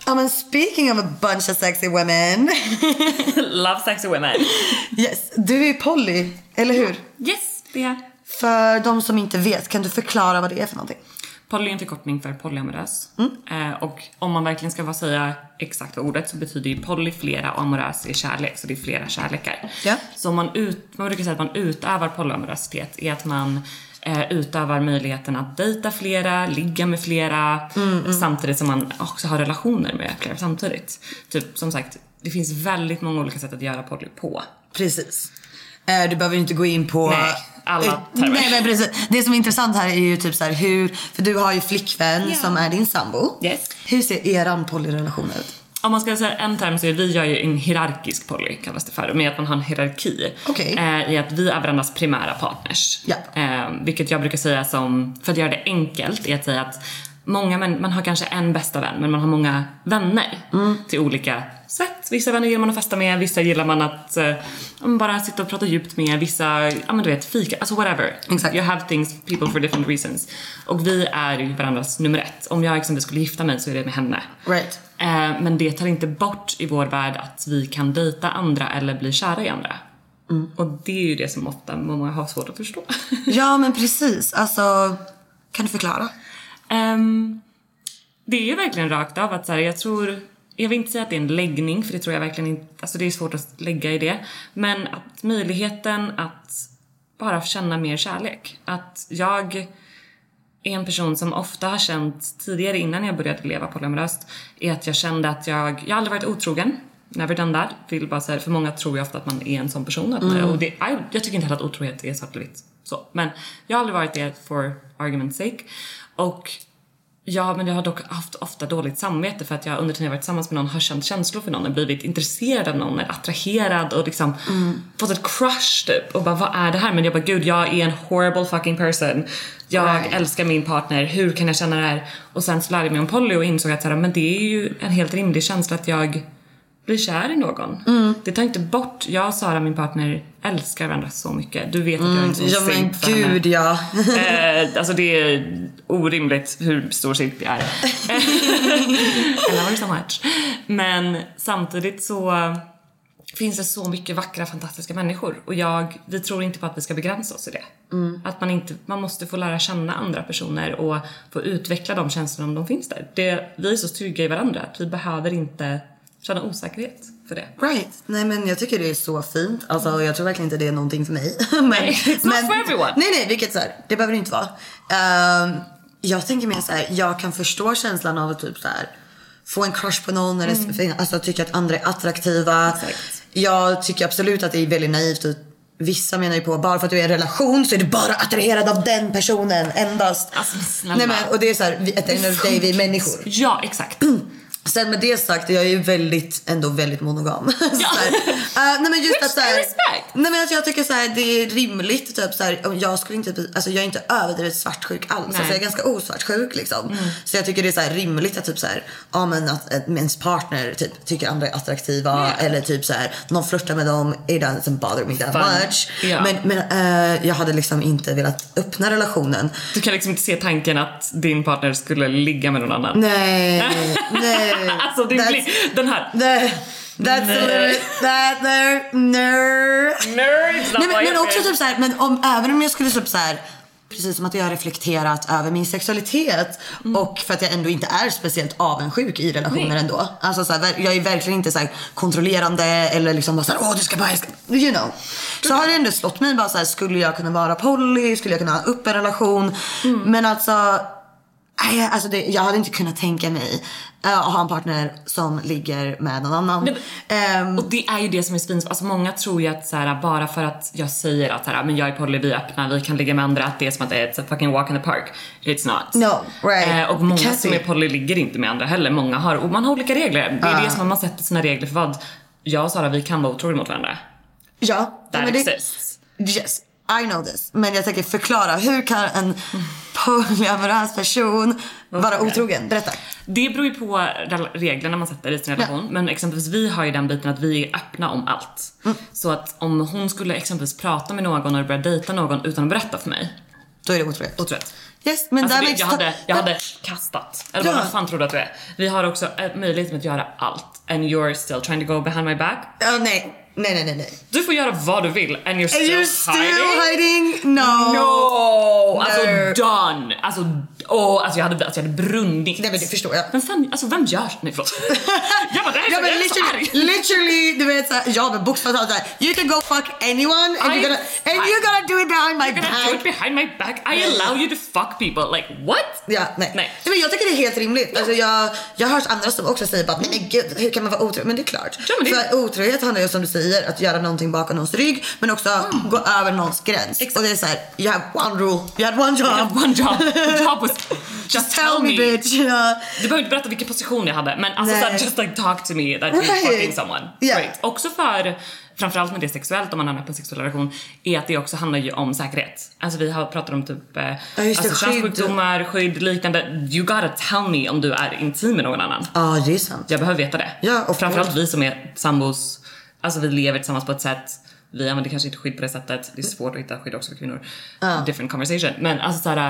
Ja, men speaking of a bunch of sexy women. Love sexy women. Yes, du är poly, eller hur? Yes, det är. För de som inte vet, kan du förklara vad det är för någonting? Poly är en förkortning för polyamorös. Mm. Eh, och om man verkligen ska vara säga exakt vad ordet, så betyder ju poly flera och amorös är kärlek. Så det är flera kärlekar. Ja. Så man, ut, man brukar säga att man utövar polyamorositet är att man eh, utövar möjligheten att dejta flera, ligga med flera. Mm, mm. Samtidigt som man också har relationer med flera samtidigt. Typ som sagt, det finns väldigt många olika sätt att göra poly på. Precis. Eh, du behöver inte gå in på... Nej. Alla termer. Nej, men precis. Det som är intressant här är ju typ så här hur, för du har ju flickvän yeah. som är din sambo. Yes. Hur ser eran polyrelation ut? Om man ska säga en term så är vi gör ju en hierarkisk poly, kallas det för, med att man har en hierarki. Okay. Eh, i att vi är varandras primära partners. Ja. Eh, vilket jag brukar säga som, för att göra det enkelt, är att säga att många män, man har kanske en bästa vän, men man har många vänner mm. till olika sätt. Vissa vänner gillar man att festa med, vissa gillar man att eh, bara sitta och prata djupt med, vissa, ja men du vet, fika, alltså whatever. Exakt. You have things, people for different reasons. Och vi är ju varandras nummer ett. Om jag exempelvis skulle gifta mig så är det med henne. Right. Eh, men det tar inte bort i vår värld att vi kan dejta andra eller bli kära i andra. Mm. Och det är ju det som ofta många har svårt att förstå. Ja, men precis. Alltså, kan du förklara? Um, det är ju verkligen rakt av att så här, jag tror, jag vill inte säga att det är en läggning, för det tror jag verkligen inte, alltså det är svårt att lägga i det, men att möjligheten att bara känna mer kärlek, att jag är en person som ofta har känt tidigare innan jag började leva polyamoröst, är att jag kände att jag, jag har aldrig varit otrogen, never done that, vill bara säga, för många tror ju ofta att man är en sån person, att, mm. och det, jag, jag tycker inte heller att otrohet är svart och vitt så, men jag har aldrig varit det for argument's sake. Och ja, men jag har dock haft ofta dåligt samvete för att jag under tiden jag varit tillsammans med någon har känt känslor för någon, blivit intresserad av någon, är attraherad och liksom mm. fått ett crush typ och bara, vad är det här? Men jag bara, gud, jag är en horrible fucking person. Jag right. älskar min partner, hur kan jag känna det här? Och sen så lärde jag mig om poly och insåg att så här, men det är ju en helt rimlig känsla att jag blir kär i någon. Mm. Det tar inte bort. Jag och Sara, min partner, älskar varandra så mycket. Du vet att jag är en sån mm, ja, simp för men gud, ja. eh, Alltså det är orimligt hur stor simp jag är. I love her so much. Men samtidigt så finns det så mycket vackra, fantastiska människor. Och jag, vi tror inte på att vi ska begränsa oss i det. Mm. Att man inte, man måste få lära känna andra personer och få utveckla de känslorna om de finns där. Det, vi är så trygga i varandra att vi behöver inte känna osäkerhet för det. Right. Nej, men jag tycker det är så fint. Alltså, jag tror verkligen inte det är någonting för mig. men, nej, it's men, not for everyone. Nej, nej, vilket så här, det behöver det inte vara. Um, jag tänker mer så här, jag kan förstå känslan av att typ så här, få en crush på någon eller mm. alltså, tycka att andra är attraktiva. Exakt. Jag tycker absolut att det är väldigt naivt. Vissa menar ju på, bara för att du är i en relation så är du bara attraherad av den personen endast. Alltså, snälla. Nej, men, och det är så här, vi, at the end of the day, vi är människor. Ja, exakt. Sen med det sagt, jag är ju väldigt, ändå väldigt monogam. Ja. så här, uh, nej men just att så här, nej men att jag tycker så här, det är rimligt typ så här, jag skulle inte, alltså jag är inte överdrivet svartsjuk alls. Alltså jag är ganska osvartsjuk liksom. Mm. Så jag tycker det är så här rimligt att typ så här, ja men att, att ens partner typ tycker andra är attraktiva yeah. eller typ så här, någon flörtar med dem, it doesn't bother me that Fun. much. Yeah. Men men uh, jag hade liksom inte velat öppna relationen. Du kan liksom inte se tanken att din partner skulle ligga med någon annan. Nej. nej. Alltså det blir den här the, that's the limit that there nerd nerds nej, men, men också typ så här, men om även om jag skulle typ så här, precis som att jag har reflekterat över min sexualitet mm. och för att jag ändå inte är speciellt avundsjuk i relationer nej. ändå. Alltså så här, jag är verkligen inte så här kontrollerande eller liksom bara så här, åh du ska bara ska, you know. Så har det ändå slått mig bara så här, skulle jag kunna vara poly, skulle jag kunna ha upp en relation mm. men alltså Nej, alltså det, jag hade inte kunnat tänka mig uh, att ha en partner som ligger med någon annan. Nej, um, och det är ju det som är svins. Alltså många tror ju att så här, bara för att jag säger att så här, men jag är poly, vi är öppna, vi kan ligga med andra, att det är som att det är ett fucking walk in the park. It's not. No, right. Uh, och många Can't som är poly ligger inte med andra heller. Många har, och man har olika regler. Det är uh. det som att man sätter sina regler för vad. Jag och Sara, vi kan vara otrogna mot varandra. Ja. That det, exists. Yes. I know this. Men jag tänker förklara, hur kan en polyamorös person vara otrogen? Berätta. Det beror ju på reglerna man sätter i sin relation. Ja. Men exempelvis vi har ju den biten att vi är öppna om allt. Mm. Så att om hon skulle exempelvis prata med någon eller börja dejta någon utan att berätta för mig, då är det otroligt. otroligt. Yes, men alltså, där det, jag, hade, jag hade kastat. Eller ja. Vad fan tror du att du är? Vi har också möjlighet att göra allt. And you're still trying to go behind my back? Ja, uh, nej. Nej, nej, nej, nej. Du får göra vad du vill. And you're still, you're still hiding? hiding? No. No. Alltså done. Alltså, oh, alltså, jag, hade, alltså jag hade brunnit. Nej, men det förstår jag. Men fan, alltså vem gör? Nej, förlåt. jag bara, det är ja, så, men jag är literally, så arg. literally, du vet såhär, ja men bokstavligt talat you can go fuck anyone and, I, you're, gonna, and I, you're gonna do it behind my you're back. You're gonna do it behind my back. I allow you to fuck people. Like, what? Ja, nej. nej. Men jag tycker det är helt rimligt. Alltså, jag, jag har hört andra som också säger bara, nej gud, hur kan man vara otrogen? Men det är klart. Ja, men det... För otrohet handlar ju som du säger, att göra någonting bakom någons rygg, men också mm. gå över någons gräns. Exakt. Och det är såhär, you have one rule, you had one job. You had one job. The job was just, just tell, tell me. me. Bitch. Yeah. Du behöver inte berätta vilken position jag hade, men alltså såhär, just like talk to me that right. you're fucking someone. Yeah. Great. Också för, framförallt med det sexuellt, om man har en öppen sexuell relation, är att det också handlar ju om säkerhet. Alltså vi har pratat om typ eh, alltså, könssjukdomar, skydd, liknande. You gotta tell me om du är intim med någon annan. Ja, ah, det är sant. Jag behöver veta det. Ja, och framförallt vi som är sambos. Alltså vi lever tillsammans på ett sätt. Vi använder kanske inte skydd på det sättet. Det är svårt att hitta skydd också för kvinnor. Uh. Different conversation. Men alltså såhär,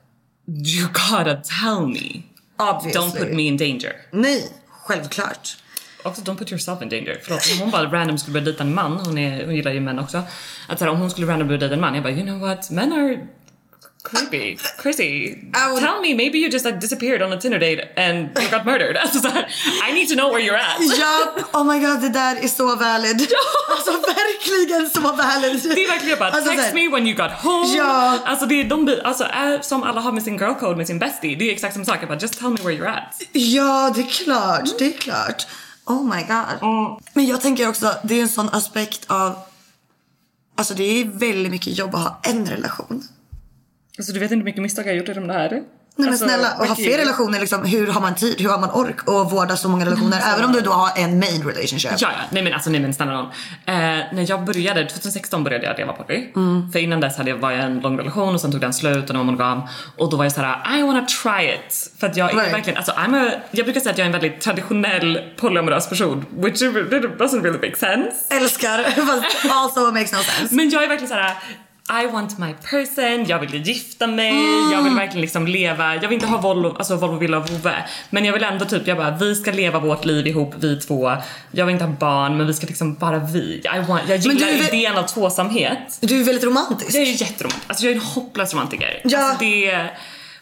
you gotta tell me. Obviously. Don't put me in danger. Nej, självklart. Också don't put yourself in danger. Förlåt, om hon bara random skulle börja dejta en man. Hon, är, hon gillar ju män också. Att såhär, om hon skulle random börja dejta en man. Jag bara, you know what? Men are creepy, crazy. Would... Tell me, maybe you just like disappeared on a Tinder date and you got murdered. Alltså såhär, I need to know where you're at. Ja, oh my god, det där är så valid. Ja. Alltså verkligen så valid. Det är verkligen bara, alltså, text me when you got home. Ja. Alltså det är de, alltså är, som alla har med sin girl code, med sin bestie. Det är exakt som sak, jag bara, just tell me where you're at. Ja, det är klart, det är klart. Oh my god. Mm. Men jag tänker också, det är en sån aspekt av, alltså det är väldigt mycket jobb att ha en relation. Alltså du vet inte hur mycket misstag jag har gjort i de där. Nej men alltså, snälla, och ha fler relationer liksom, hur har man tid, hur har man ork och vårda så många relationer, mm, även om du då har en main relationship. Ja, ja, nej men alltså nej men snälla någon. Eh, när jag började, tjugohundrasexton började jag leva poly. Mm. För innan dess hade jag, var jag en lång relation och sen tog den slut och nu var monogam. Och då var jag såhär, I wanna try it. För att jag är right. verkligen, alltså I'm a, jag brukar säga att jag är en väldigt traditionell polyamorös person. Which doesn't really make sense. Älskar, fast also makes no sense. Men jag är verkligen såhär, I want my person, jag vill gifta mig, mm. jag vill verkligen liksom leva, jag vill inte ha Volvo, alltså Volvo, Villa och Vove, men jag vill ändå typ, jag bara, vi ska leva vårt liv ihop, vi två, jag vill inte ha barn, men vi ska liksom bara vi, I want, jag gillar är, idén av tvåsamhet. Du är väldigt romantisk. Jag är jätteromantisk, alltså jag är en hopplös romantiker. Ja. Alltså det är,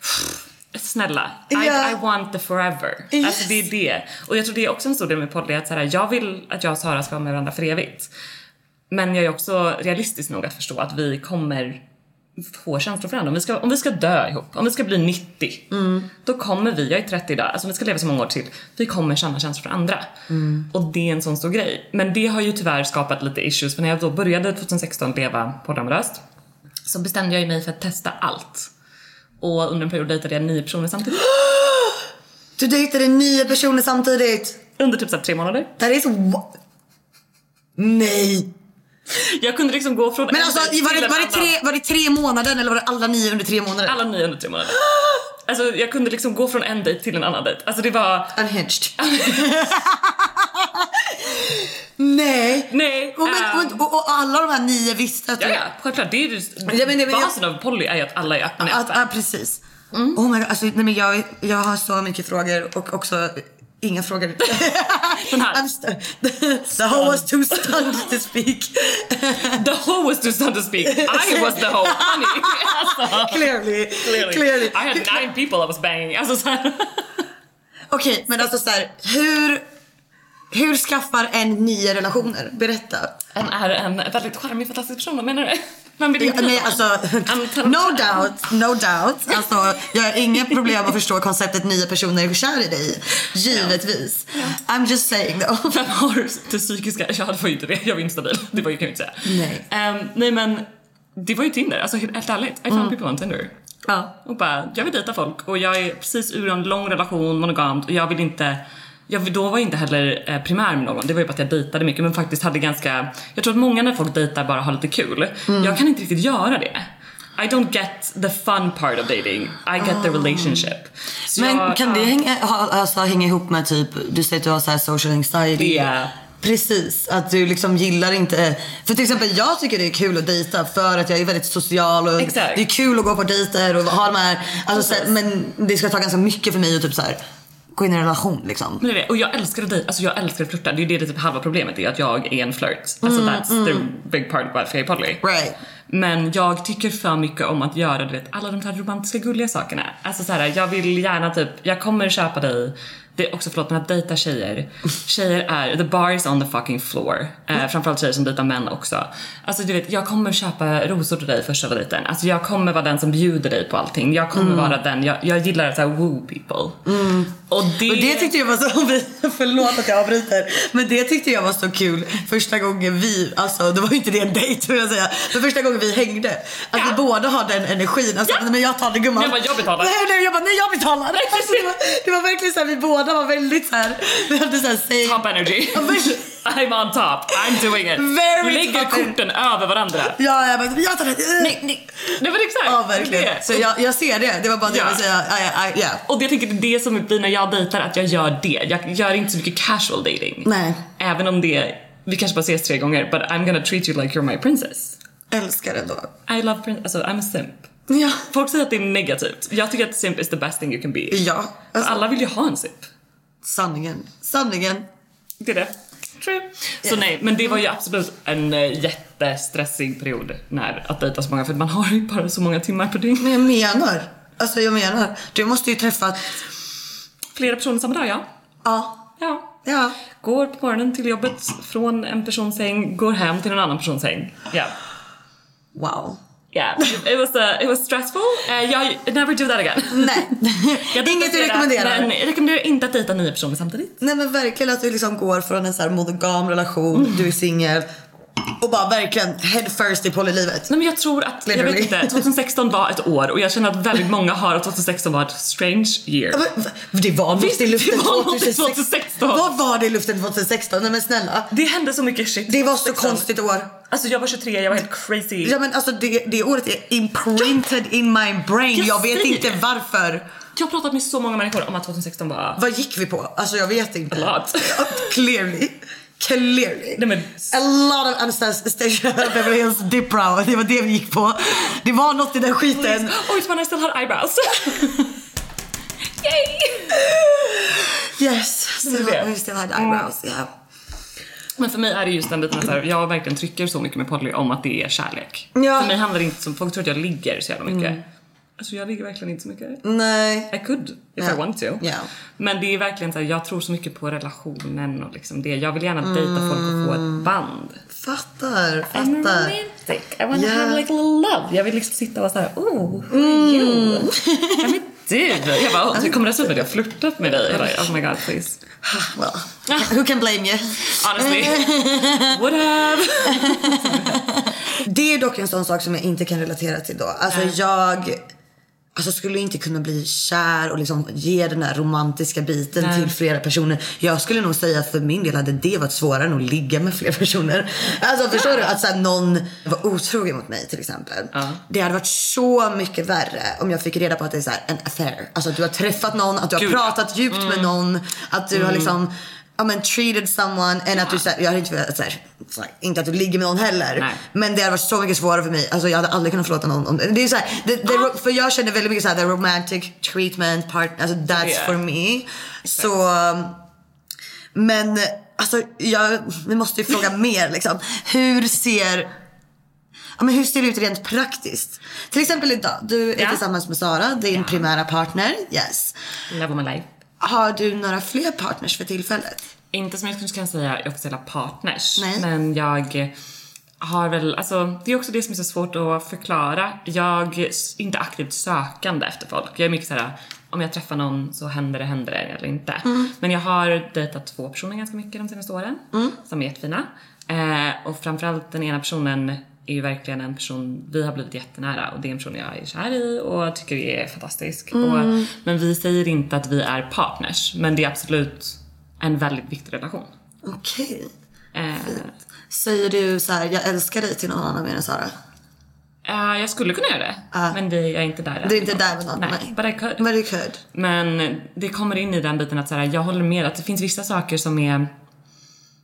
snälla, I, yeah. I want the forever. Yes. Alltså det är det, och jag tror det är också en stor del med poly, att så här, jag vill att jag och Sara ska vara med varandra för evigt. Men jag är också realistisk nog att förstå att vi kommer få känslor för varandra. Om vi ska, om vi ska dö ihop, om vi ska bli nittio, mm. då kommer vi, jag är trettio idag, alltså om vi ska leva så många år till, vi kommer känna känslor för andra. Mm. Och det är en sån stor grej. Men det har ju tyvärr skapat lite issues. För när jag då började tjugohundrasexton leva polyamoröst, så bestämde jag mig för att testa allt. Och under en period dejtade jag nio personer samtidigt. Du dejtade nio personer samtidigt? Under typ så här tre månader. Det är så... Nej. Jag kunde liksom gå från... Men alltså, var det, var, det tre, var det tre månader eller var det alla nio under tre månader? Alla nio under tre månader. Alltså jag kunde liksom gå från en dejt till en annan dejt. Alltså det var... Unhinged. Nej. Nej. Och, men, um... och, och alla de här nio visste att... Ja, ja, självklart. Det är just... Ja, men det, basen jag... av poly är att alla är öppna. Ja, ja, precis. Mm. Oh my God, alltså, nej, men jag, jag har så mycket frågor och också... Inga frågor. Den här. The, the hoe was too stunned to speak. The hoe was too stunned to speak. I was the hoe, honey. Alltså, clearly, clearly. Clearly. I had nine people I was banging. Alltså så här. Okej, okay, men alltså så här, hur hur skaffar en nio relationer? Berätta. En är en väldigt charmig, fantastisk person, vad menar du? Man vill inte. Nej, alltså, no doubt, no doubt. Alltså, jag har inga problem att förstå konceptet nio personer är kär i dig. Givetvis. Ja. I'm just saying though. Vem har det psykiska? Ja, det var ju inte det. Jag var inte stabil. Det var ju, kan jag inte säga. Nej. Um, nej, men det var ju Tinder. Alltså helt ärligt. I found mm. people on Tinder. Ja. Och bara, jag vill dejta folk. Och jag är precis ur en lång relation, monogamt. Och jag vill inte... Jag, då var jag inte heller eh, primär med någon. Det var ju bara att jag dejtade mycket, men faktiskt hade ganska... Jag tror att många när folk dejtar bara har lite kul. Mm. Jag kan inte riktigt göra det. I don't get the fun part of dating. I get oh. the relationship. Så men jag, kan uh, det hänga, alltså, hänga ihop med typ... Du säger att du har så här social anxiety. Yeah. Precis, att du liksom gillar inte. För till exempel jag tycker det är kul att dejta för att jag är väldigt social och Exakt. det är kul att gå på dejter och ha de här alltså, så, men det ska ta ganska mycket för mig att typ så här gå in i en relation liksom. Men det är det. Och jag älskar att dejta, alltså jag älskar att flirta. Det är ju det, det typ halva problemet är att jag är en flirt. Alltså Mm, that's the big part about Faye Poly. Right. Men jag tycker för mycket om att göra, du vet, alla de här romantiska gulliga sakerna. Alltså så här, jag vill gärna typ, jag kommer köpa dig. Det är också, förlåt, men att dejta tjejer. Tjejer är, the bar is on the fucking floor. Eh, framförallt tjejer som dejtar män också. Alltså du vet, jag kommer köpa rosor till dig första dejten. Alltså jag kommer vara den som bjuder dig på allting. Jag kommer mm. vara den, jag, jag gillar att så här, woo people. Mm. Och, det... och det tyckte jag var så, förlåt att jag avbryter. Men det tyckte jag var så kul. Första gången vi, alltså det var ju inte det en dejt vill jag säga. Men första gången vi hängde. Att ja. vi båda har den energin. Alltså, ja. men jag tar det gumman. Jag bara, jag betalar. Nej, nej, jag bara, nej jag betalar. Alltså, det, var, det var verkligen så här, vi båda var väldigt så här, vi hade så här say, top energy. I'm on top. I'm doing it. Very vi lägger top. korten över varandra. Ja, jag bara, jag tar det. Nej, nej. Det var exakt. Ja, verkligen. Det. Så jag, jag ser det. Det var bara det ja. jag vill säga. I, I, yeah. Och jag tänker det är som blir när jag dejtar, att jag gör det. Jag gör inte så mycket casual dating. Nej. Även om det, vi kanske bara ses tre gånger, but I'm gonna treat you like you're my princess. Älskar det då. I love princess. Alltså, I'm a simp. Ja. Folk säger att det är negativt. Jag tycker att simp is the best thing you can be. Ja. Alltså, alla vill ju ha en simp. Sanningen. Sanningen. Det är det. True. Yeah. Så nej, men det var ju absolut en uh, jättestressig period när att dejta så många, för man har ju bara så många timmar på dygn. Men jag menar, alltså jag menar, du måste ju träffa flera personer samma dag, ja. Ja. Ja. Ja. Går på morgonen till jobbet från en persons säng, går hem till en annan persons säng. Ja. Yeah. Wow. Yeah, it was uh, it was stressful. Uh, jag never do that again. Nej. Inget du rekommenderar. Men jag rekommenderar inte att dejta nio personer samtidigt. Nej, men verkligen att du liksom går från en så här monogam relation, mm. du är singel och bara verkligen head first i polylivet. Nej, men jag tror att jag vet inte, tjugohundrasexton var ett år och jag känner att väldigt många har att tjugohundrasexton var ett strange year. Men, det var något i luften tjugohundrasexton. Vad var det i luften tjugohundrasexton? Nej men snälla. Det hände så mycket shit. Det var så konstigt år. Alltså jag var tjugotre, jag var helt crazy. Ja men alltså det, det året är imprinted ja. in my brain. Jag, jag vet inte varför. Jag har pratat med så många människor om att tjugohundrasexton var... Vad gick vi på? Alltså jag vet inte. A lot. Clearly. Clearly. Nej, men... A lot of Anastasia Beverly Hills dip brow. Det var det vi gick på. Det var något i den skiten. Oh, it's when I still had eyebrows. Yay! Yes, still, we still had eyebrows, yeah. Men för mig är det just den biten att här, jag verkligen trycker så mycket med poly om att det är kärlek. Ja. För mig handlar det inte som, folk tror att jag ligger så jävla mycket. Mm. Alltså jag ligger verkligen inte så mycket. Nej. I could, if yeah. I want to. Yeah. Men det är verkligen så här, jag tror så mycket på relationen och liksom det. Jag vill gärna mm. dejta folk och få ett band. Fattar, fattar. I'm romantic. I want to yeah. have like a little love. Jag vill liksom sitta och vara såhär, oh, who are you? Mm. Jag men du. Jag bara, oh, kommer det så att jag har flirtat med dig? Jag bara, oh my god, please. Well, who can blame you? Honestly. Would have. Det är dock en sån sak som jag inte kan relatera till då. Alltså mm. jag... Alltså skulle inte kunna bli kär och liksom ge den här romantiska biten Nej. till flera personer. Jag skulle nog säga att för min del hade det varit svårare än att ligga med flera personer. Alltså förstår ja. du att så här, någon var otrogen mot mig till exempel. Ja. Det hade varit så mycket värre om jag fick reda på att det är så här, en affair. Alltså att du har träffat någon, att du har Gud. pratat djupt mm. med någon, att du mm. har liksom ja men treated someone än ja. att du så här, jag har inte velat så här, så här, inte att du ligger med någon heller. Nej. Men det hade varit så mycket svårare för mig. Alltså jag hade aldrig kunnat förlåta någon om det. Det är så här, det, det, ah. för jag känner väldigt mycket så här, the romantic treatment part, alltså that's yeah. for me. Exactly. Så men alltså jag vi måste ju fråga mer liksom. Hur ser ja, men hur ser det ut rent praktiskt? Till exempel idag, du är ja. tillsammans med Sara, din ja. primära partner. Yes. Love of my life. Har du några fler partners för tillfället? Inte som jag skulle kunna säga officiella partners. Nej. Men jag har väl, alltså det är också det som är så svårt att förklara. Jag är inte aktivt sökande efter folk. Jag är mycket så här, om jag träffar någon så händer det, händer det eller inte. Mm. Men jag har dejtat två personer ganska mycket de senaste åren. Mm. Som är jättefina. Eh, och framförallt den ena personen är ju verkligen en person vi har blivit jättenära och det är en person jag är kär i och tycker är fantastisk. Mm. Och, men vi säger inte att vi är partners, men det är absolut en väldigt viktig relation. Okej. Okay. Eh, säger du så här, jag älskar dig till någon annan mer än Sara? Uh, jag skulle kunna göra det, uh, men det, jag är inte där. Du är inte där med någon? Nej, nej. But I could. But you could. Men det kommer in i den biten att så här, jag håller med att det finns vissa saker som är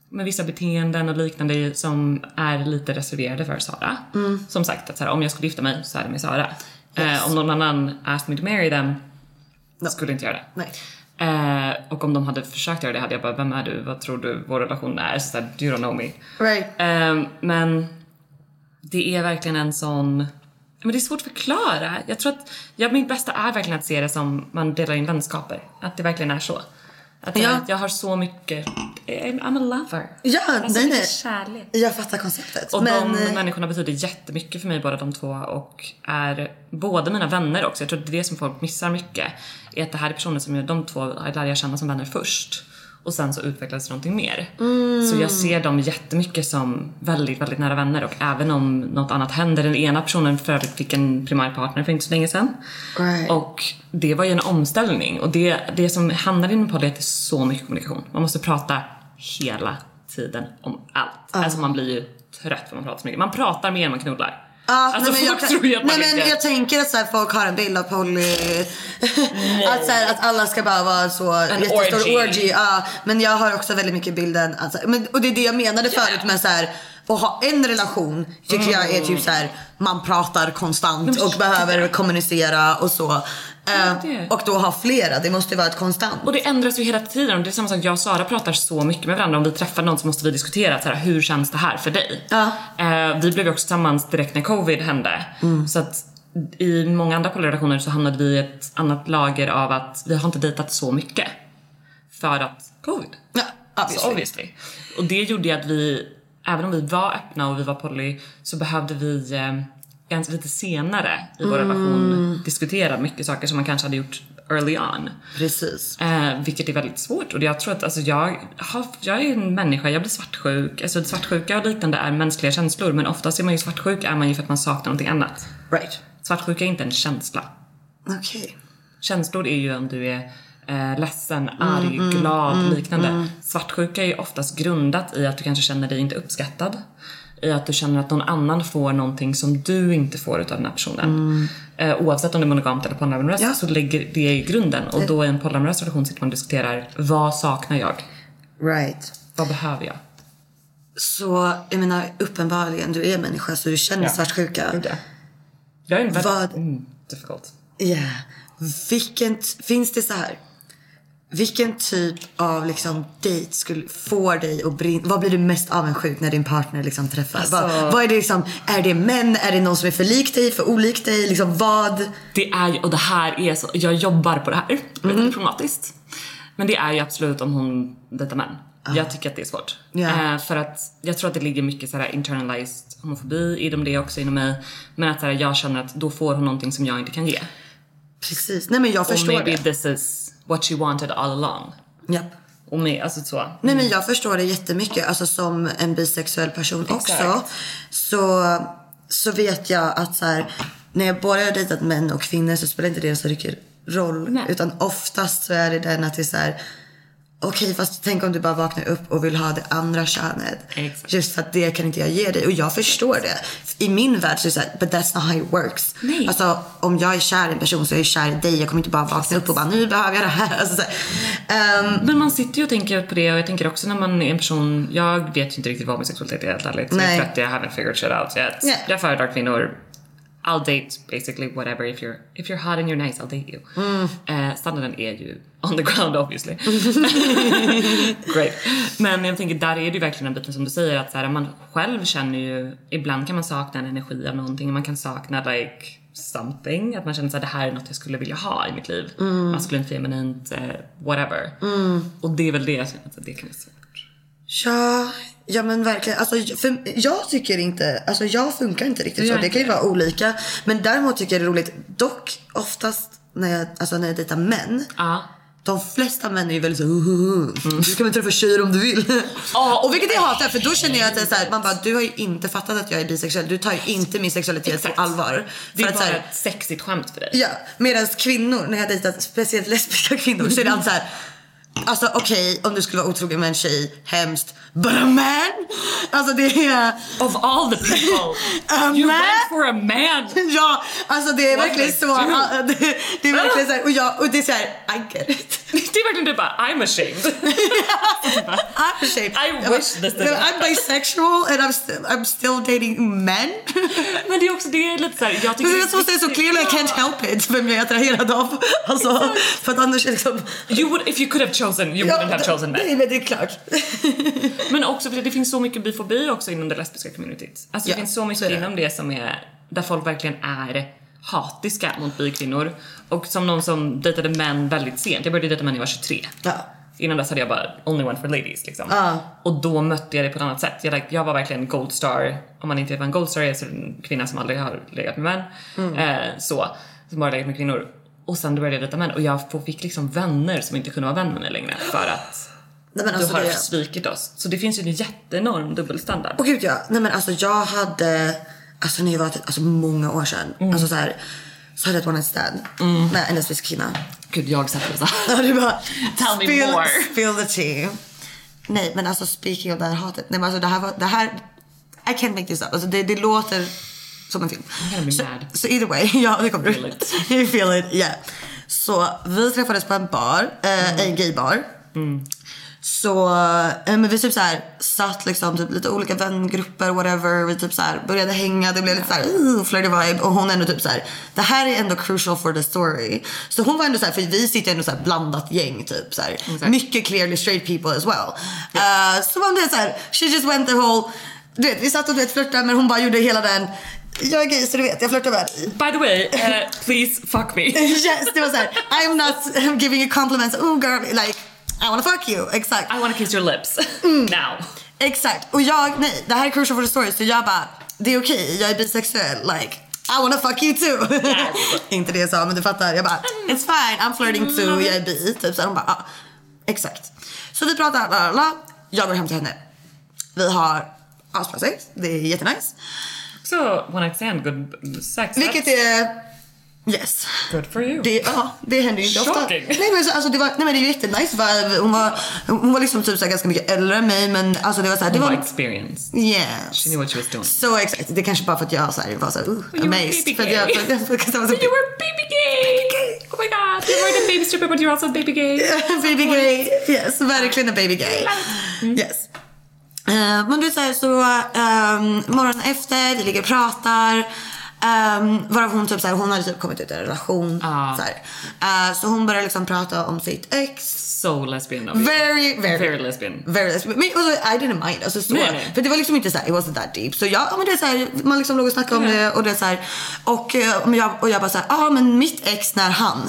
med vissa beteenden och liknande som är lite reserverade för Sara. Mm. Som sagt, att så här, om jag skulle gifta mig så är det med Sara. Yes. Eh, om någon annan asked me to marry them no. skulle inte göra det. Nej. Eh, och om de hade försökt göra det hade jag bara, vem är du? Vad tror du vår relation är? Så där, you don't know me. Right. Eh, men det är verkligen en sån... Men det är svårt att förklara. Jag tror att ja, mitt bästa är verkligen att se det som man delar in vänskaper. Att det verkligen är så. Att jag, ja. att jag har så mycket... I'm a lover. Ja, alltså, nej, nej. Kärlek. Jag fattar konceptet. Och men... de människorna betyder jättemycket för mig, båda de två. Och är båda mina vänner också. Jag tror att det är det som folk missar mycket. Är att det här är personer som jag, de två lär jag känna som vänner först. Och sen så utvecklades någonting mer. Mm. Så jag ser dem jättemycket som väldigt, väldigt nära vänner. Och även om något annat händer. Den ena personen för övrigt fick en primärpartner för inte så länge sedan. Right. Och det var ju en omställning. Och det, det som handlar inom podden är så mycket kommunikation. Man måste prata hela tiden om allt. Uh. Alltså man blir ju trött för man pratar så mycket. Man pratar mer än man knullar. Ah, alltså nej, folk jag, tror ju att man nej, men inte... jag tänker att så här, folk har en bild av Polly att, så här, att alla ska bara vara så en jättestor orgy, orgy. Ah, men jag har också väldigt mycket bilden alltså, men, och det är det jag menade yeah. förut med så här, att ha en relation tycker mm. jag är typ så här, man pratar konstant och behöver det. kommunicera och så uh, och då ha flera, det måste vara ett konstant. Och det ändras ju hela tiden. Det är samma sak, jag och Sara pratar så mycket med varandra. Om vi träffar någon så måste vi diskutera så här, hur känns det här för dig? uh. uh, Vi blev ju också tillsammans direkt när covid hände. mm. Så att i många andra polarrelationer så hamnade vi i ett annat lager av att vi har inte dejtat så mycket för att covid. Ja, obviously. Så obviously. Och det gjorde ju att vi, även om vi var öppna och vi var poly, så behövde vi eh, ganska lite senare i vår mm. relation diskutera mycket saker som man kanske hade gjort early on. Precis. Eh, vilket är väldigt svårt. Och jag tror att alltså, jag, har, jag är en människa, jag blir svartsjuk. Alltså svartsjuka och liknande är mänskliga känslor. Men oftast är man ju svartsjuk är man ju för att man saknar någonting annat. Right. Svartsjuka är inte en känsla. Okej. Okay. Känslor är ju om du är eh, ledsen, arg, mm, glad, mm, liknande. Mm. Svartsjuka är ju oftast grundat i att du kanske känner dig inte uppskattad. I att du känner att någon annan får någonting som du inte får utav den här personen. Mm. Eh, oavsett om det är monogamt eller polyamoröst, ja. Så lägger det i grunden. Och då i en polyamorös relation sitter man och diskuterar, vad saknar jag? Right. Vad behöver jag? Så, jag menar, uppenbarligen, du är människa så du känner ja. svartsjuka. Okay. Jag är en väldigt vad... mm, difficult. Ja. Yeah. Vilken, finns det så här? Vilken typ av liksom dejt skulle få dig att brinna? Vad blir du mest avundsjuk när din partner liksom träffar? Alltså... Vad, vad är det liksom? Är det män? Är det någon som är för lik dig? För olik dig? Liksom vad? Det är ju, och det här är så, jag jobbar på det här. Väldigt mm. diplomatiskt. Men det är ju absolut om hon dejtar män. Ah. Jag tycker att det är svårt. Yeah. Uh, för att jag tror att det ligger mycket så här internalized homofobi inom det också inom mig. Men att så här, jag känner att då får hon någonting som jag inte kan ge. Precis. Nej men jag förstår och maybe det. This is what she wanted all along. Japp. Och med, alltså så. Mm. Nej men jag förstår det jättemycket. Alltså som en bisexuell person Exakt. också. Så, så vet jag att så här, när jag bara har dejtat män och kvinnor så spelar inte det så mycket roll. Nej. Utan oftast så är det den att det är så här. Okej, fast tänk om du bara vaknar upp och vill ha det andra könet. Exakt. Just för att det kan inte jag ge dig. Och jag förstår det. I min värld så är det så här, but that's not how it works. Nej. Alltså, om jag är kär i en person så är jag kär i dig. Jag kommer inte bara vakna Precis. upp och bara, nu behöver jag det här. Alltså, så här. Um, Men man sitter ju och tänker på det. Och jag tänker också när man är en person, jag vet ju inte riktigt vad min sexualitet är helt ärligt. Nej. För att jag haven't figured shit out yet. Yeah. Jag föredrar kvinnor. I'll date basically whatever. If you're if you're hot and you're nice, I'll date you. Mm. Uh, standarden är ju on the ground obviously. Great. Men jag tänker där är det ju verkligen en biten som du säger att så här, man själv känner ju ibland kan man sakna en energi av någonting. Man kan sakna like something. Att man känner att det här är något jag skulle vilja ha i mitt liv. Mm. Maskulint, feminint, uh, whatever. Mm. Och det är väl det jag känner att det kan vara svårt. Ja, ja men verkligen. Alltså, för jag tycker inte, alltså jag funkar inte riktigt så. Det kan ju vara olika. Men däremot tycker jag det är roligt. Dock oftast när jag, alltså när jag dejtar män. Ja. De flesta män är ju väldigt så mm. Du ska väl träffa tjejer om du vill. oh, Och vilket jag hatar. För då känner jag att det är så här, man bara, du har ju inte fattat att jag är bisexuell. Du tar ju inte min sexualitet Exakt. på allvar. Det är för bara att, så här, ett sexigt skämt för dig. Ja, medan kvinnor, när jag dejtat speciellt lesbiska kvinnor, så är det alltid så här. Alltså okej, okay, om du skulle vara otrogen med en tjej, hemskt. But a man? Alltså det är... Of all the people, you man? went for a man. Ja, alltså det är What verkligen så. Det, det är verkligen så här, och, jag, och det är så här, I get it. Det är verkligen typ bara, I'm ashamed. I'm ashamed. I wish this didn't I'm bisexual and I'm, st- I'm still dating men. Men det är också, det är lite såhär, jag tycker det är så, det är så clearly I can't help it vem jag är attraherad av. Alltså, för att annars är liksom... You would, if you could have chosen, you ja, wouldn't have chosen men. Nej, men det är klart. Men också för det finns så mycket bifobi också inom det lesbiska communityt. Alltså det ja, finns så mycket så inom det som är, där folk verkligen är hatiska mot bikvinnor. Och som någon som dejtade män väldigt sent. Jag började dejta män när jag var tjugotre. Ja. Innan dess hade jag bara only one for ladies liksom. Ja. Och då mötte jag det på ett annat sätt. Jag, like, jag var verkligen gold star. Om man inte vet vad en gold star är, så är det en kvinna som aldrig har legat med män. Mm. Eh, så, som bara legat med kvinnor. Och sen då började jag dejta män. Och jag fick liksom vänner som inte kunde vara vänner med mig längre. För att nej, men alltså du har det... svikit oss. Så det finns ju en jätteenorm dubbelstandard. Och gud ja, nej men alltså jag hade... Alltså när jag var alltså, många år sedan. Mm. Alltså så här, så hade jag ett one night stand mm. med en lesbisk kvinna. Gud, jag satt det så. Ja, du bara, tell spill, me more. Spill the tea. Nej, men alltså speaking of det här hatet. Nej, men alltså det här var, det här, I can't make this up. Alltså det, det låter som en film. Så so, so either way, ja det kommer du. You feel it, yeah. Så vi träffades på en bar, eh, mm. en gaybar. Mm. Så eh, men vi typ så här satt liksom typ lite olika vängrupper whatever, vi typ så här började hänga, det blev lite så här uh, flirty vibe och hon ändå typ så här det här är ändå crucial for the story. Så hon var ändå så här, för vi sitter ändå så här blandat gäng typ så här exactly. Mycket clearly straight people as well. Yeah. Uh, så var det så här she just went the whole du vet, vi satt och du vet flirtade men hon bara gjorde hela den jag är gay så du vet, jag flörtar med. By the way, uh, please fuck me. Yes, det var så här I'm not giving you compliments. Oh girl, like I wanna fuck you, exakt. I wanna kiss your lips mm. now. Exakt, och jag, nej, det här är crucial for the story. Så jag bara, det är okej, okay, jag är bisexuell. Like, I wanna fuck you too. Yes. Inte det jag sa, men du fattar. Jag bara, it's fine, I'm flirting too, jag är bi. Typ så hon bara, ah, exakt. Så vi pratar, la, la, la. Jag går hem till henne. Vi har asbra sex, det är jättenice. Så, one night stand, good sex. Vilket är... Yes. Good for you. Det, ja, det händer ju inte ofta. Shocking. Nej men, alltså, det var, nej men det är ju jättenice. Hon var, hon var liksom typ så här, ganska mycket äldre än mig. Men alltså det var så här, det hon var... var experienced. Yes. She knew what she was doing. Så exakt. Det är kanske bara för att jag så här, var så här, uh, amazed. För jag, för, för, för, för, you were baby gay. Oh my god. You were a baby stripper but you're also baby gay. Baby gay. Yes, verkligen en baby gay. Mm. Yes. Uh, men du säger så, um, morgonen efter, vi ligger och pratar. Um, varav hon typ så här, hon hade typ kommit ut i en relation ah. så här. Uh, så hon började liksom prata om sitt ex. So lesbian of you. Very, very, very lesbian. Very lesbian. Men alltså, I didn't mind alltså, så, nej, nej. för det var liksom inte så här, it wasn't that deep. Så jag, men det är så här, man liksom låg och snackade om det och det är så här, och, och jag, och jag bara så här, ja ah, men mitt ex när han.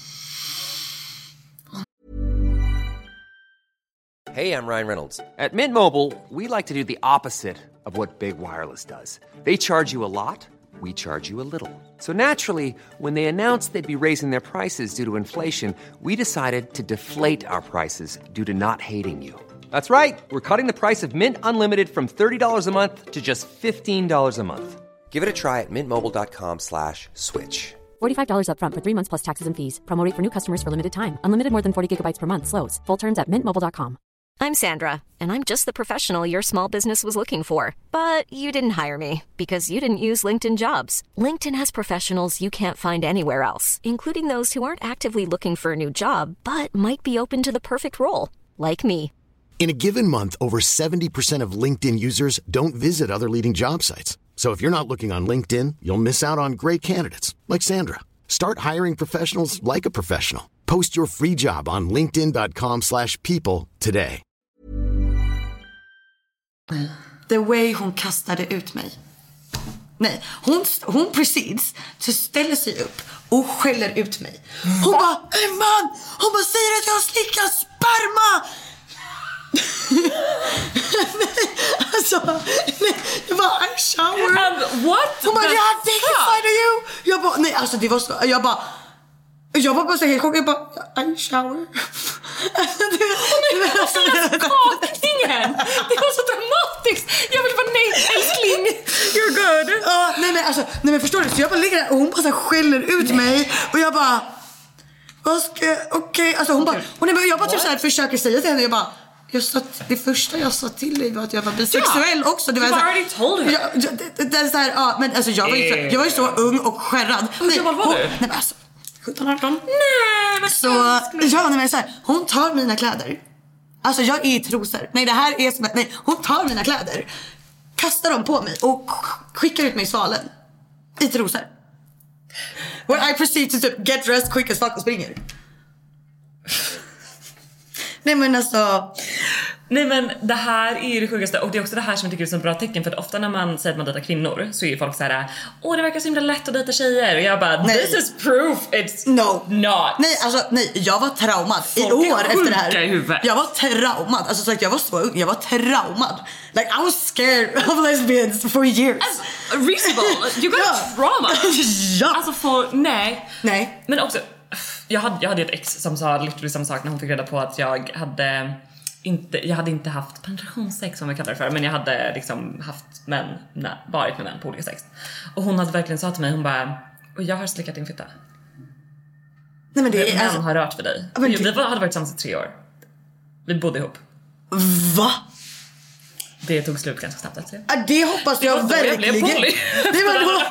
Hey, I'm Ryan Reynolds. At Mint Mobile, we like to do the opposite of what Big Wireless does. They charge you a lot. We charge you a little. So naturally, when they announced they'd be raising their prices due to inflation, we decided to deflate our prices due to not hating you. That's right. We're cutting the price of Mint Unlimited from thirty dollars a month to just fifteen dollars a month. Give it a try at mintmobile.com slash switch. forty-five dollars up front for three months plus taxes and fees. Promo rate for new customers for limited time. Unlimited more than forty gigabytes per month. Slows full terms at mint mobile dot com. I'm Sandra, and I'm just the professional your small business was looking for. But you didn't hire me because you didn't use LinkedIn Jobs. LinkedIn has professionals you can't find anywhere else, including those who aren't actively looking for a new job, but might be open to the perfect role, like me. In a given month, over seventy percent of LinkedIn users don't visit other leading job sites. So if you're not looking on LinkedIn, you'll miss out on great candidates like Sandra. Start hiring professionals like a professional. Post your free job on linkedin.com slash people today. The way hon kastade ut mig. Nej, hon, hon precis så ställer sig upp och skäller ut mig. Hon bara, en man! Hon bara säger att jag slickar sperma! Nej, alltså, nej, det var I shower. And what? Hon bara, jag hade inside of you. Jag bara, nej, alltså det var så, jag bara, jag var bara så helt chockad, jag bara, I shower. Kakningen! Det var så dramatiskt. Jag vill bara, nej, älskling, you're good. uh, Nej men alltså, nej men förstår du? Så jag bara ligger där och hon bara så skäller ut mig. Och jag bara, vad ska, okej okay. Alltså hon bara, och nej, men jag bara typ så här försöker säga till henne. Jag bara, jag sa, det första jag sa till dig var att jag var bisexuell ja. också. Det var you already told her. Jag, jag, det, det är så här, ja, men alltså jag var ju så, jag var ju så ung och skärrad. Hur gammal var du? Nej men alltså, sjutton arton. Nej, men så ja, nej, men så här, hon tar mina kläder. Alltså jag är i trosor. Nej, det här är som, nej, hon tar mina kläder, kastar dem på mig och skickar ut mig i svalen i trosor. When I proceed to typ get dressed quick as fuck och springer. Nej men alltså. Nej men det här är ju det sjukaste. Och det är också det här som jag tycker är så bra tecken. För att ofta när man säger att man dejtar kvinnor så är ju folk så här: åh det verkar så himla lätt att dejta tjejer. Och jag bara, nej. This is proof it's no. not. Nej alltså nej, jag var traumad folk i år efter det här i huvudet. Jag var traumad, alltså sagt jag var så ung. Jag var traumad. Like I was scared of lesbians for years. As, reasonable, you got ja. trauma. Ja. Alltså för, nej. Nej. Men också jag hade, jag hade ett ex som sa literally samma sak när hon fick reda på att jag hade inte, jag hade inte haft penetrationssex som vi kallar det för, men jag hade liksom haft män, nej, varit med män på olika sex. Och hon hade verkligen sagt till mig, hon bara, och jag har slickat din fitta. Nej men det är män alltså, har rört för dig. men Vi det... hade varit tillsammans i tre år. Vi bodde ihop. Va? Det tog slut ganska snabbt alltså. Ja, det hoppas jag det verkligen. Jag blev poly. Det var då.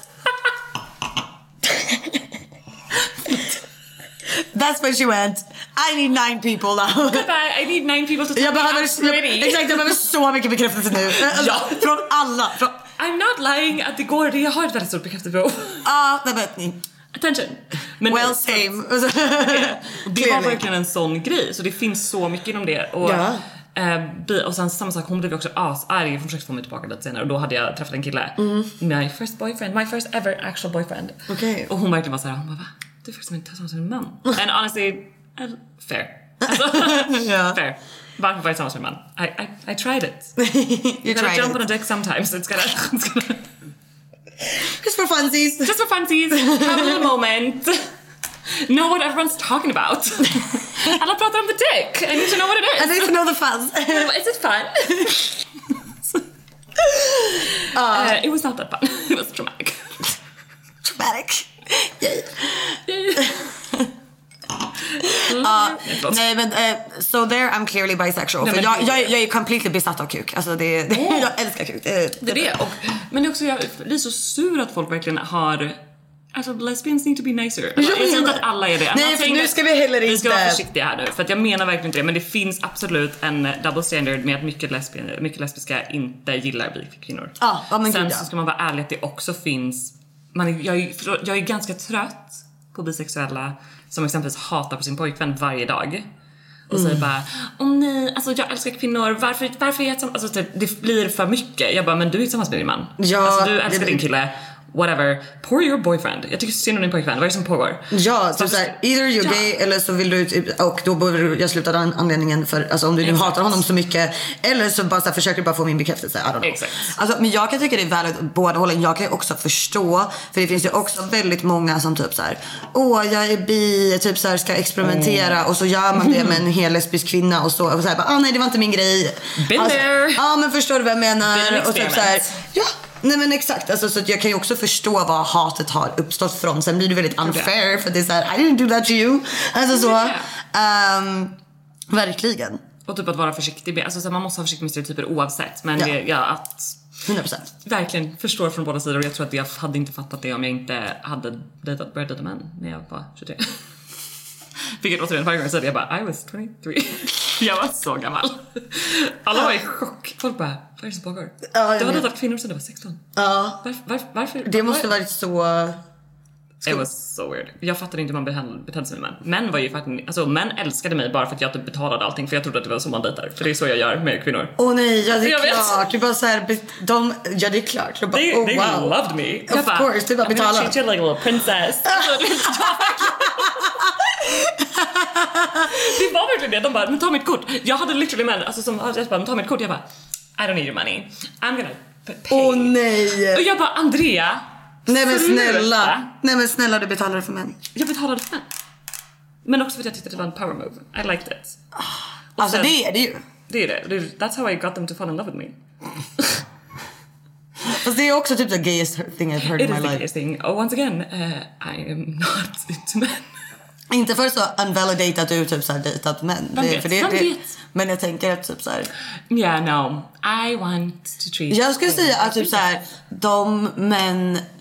That's when she went, I need nine people now. Goodbye, I need nine people to jag behöver, I'm jag, exakt, jag behöver så mycket bekräftelse nu. Ja. Från alla. Från... I'm not lying att det går, det jag har ett väldigt stort bekräftelsebehov. Ja, det vet ni. Attention. Men well, det, same. Yeah. Det var verkligen en sån grej. Så det finns så mycket inom det. Och, ja. eh, och sen samma sak, hon blev också asarg. Hon försökte få mig tillbaka lite senare. Och då hade jag träffat en kille. Mm. My first boyfriend, my first ever actual boyfriend. Okay. Och hon verkligen var såhär, hon bara, va? Du är faktiskt inte tillsammans med en man. And honestly, uh, fair. Alltså, yeah. Fair. Varför var jag tillsammans med en man? I, I, I tried it. You gotta jump it. on a dick sometimes. It's gonna, it's gonna... Just for funsies. Just for funsies. Have a little moment. Know what everyone's talking about. Alla pratar om the dick. I need to know what it is. I need to know the fun. Is it fun? uh, uh, it was not that fun. It was traumatic. Traumatic. Yeah. Uh, nej men uh, so there I'm clearly bisexual. Nej, för jag, jag, jag är completely besatt av kuk. Alltså det, det oh. Jag älskar kuk. Det, det är det. Och, men det är också, jag blir så sur att folk verkligen har, alltså lesbians need to be nicer. Alltså, jag säger inte att alla är det. Nej, för nu ska vi heller inte. Vi ska vara försiktiga här nu, för att jag menar verkligen inte det. Men det finns absolut en double standard med att mycket, lesbian, mycket lesbiska inte gillar kvinnor. Ah, oh, sen God, så ska man vara ärlig att det också finns, man är, jag, är, jag är ganska trött på bisexuella som exempelvis hatar på sin pojkvän varje dag och mm. säger bara, åh nej, alltså jag älskar kvinnor, varför, varför är jag tillsammans? Alltså det blir för mycket. Jag bara, men du är tillsammans med din man. Ja, alltså du älskar det... din kille. Whatever, pour your boyfriend. Jag tycker synd om din pojkvän, vad är det som pågår? Ja, så såhär, either you're ja. gay eller så vill du typ, och då behöver jag sluta den anledningen för, alltså om du nu hatar honom så mycket, eller så bara så här, försöker du bara få min bekräftelse, I don't know. Exakt. Alltså, men jag kan tycka det är värdigt båda hållen. Jag kan ju också förstå, för det finns ju också väldigt många som typ så här, åh jag är bi, typ så här, ska experimentera mm. och så gör man det med en hel lesbisk kvinna och så, och så här, bara, ah nej det var inte min grej. Been alltså, there. Ja men förstår du vad jag menar? Och typ så här, ja. Nej men exakt, alltså, så att jag kan ju också förstå vad hatet har uppstått från. Sen blir det väldigt unfair för det är såhär, I didn't do that to you. Alltså så, um, verkligen. Och typ att vara försiktig, alltså så man måste vara försiktig med stereotyper oavsett. Men ja, det, ja att hundra procent verkligen förstår från båda sidor. Och jag tror att jag hade inte fattat det om jag inte hade dejtat, börjat dejta män när jag var tjugotre. Vilket återigen varje gång jag sa det, jag bara, I was twenty-three. Jag var så gammal. Alla var i chock. Folk bara, vad är det som pågår? Ja, du hade dejtat kvinnor sedan du var sexton. Ja. Varför? varför, varför det måste varit så... It was so weird. Jag fattade inte hur man betedde sig med män. Män var ju faktiskt, alltså män älskade mig bara för att jag typ betalade allting, för jag trodde att det var så man dejtar. För det är så jag gör med kvinnor. Åh oh, nej, ja det är jag klart. Du bara såhär, de, ja det är klart. Du bara, they, oh, they wow. loved me. Of bara, course, du bara betalade. I'm gonna treat you like a little princess. Det var verkligen det. De bara, men ta mitt kort. Jag hade literally män, alltså som jag bara, ta mitt kort. Jag bara, I don't need your money. I'm gonna pay. Åh oh, nej. Och jag bara, Andrea, nej men snälla. Nej men snälla, du betalade för män. Jag betalade för män. Men också för att jag tyckte att det var en power move. I liked it. Och alltså sen, det är det ju. Det är det. That's how I got them to fall in love with me. Fast det är också typ the gayest thing I've heard It in my life. It is the gayest thing. Oh, once again, uh, I am not into men. Inte för så unvalidate att du typ såhär dejtat män. De vet, för det, de det, vet. Men jag tänker att typ såhär. Yeah, no. I want to treat. Jag skulle säga att typ såhär, de män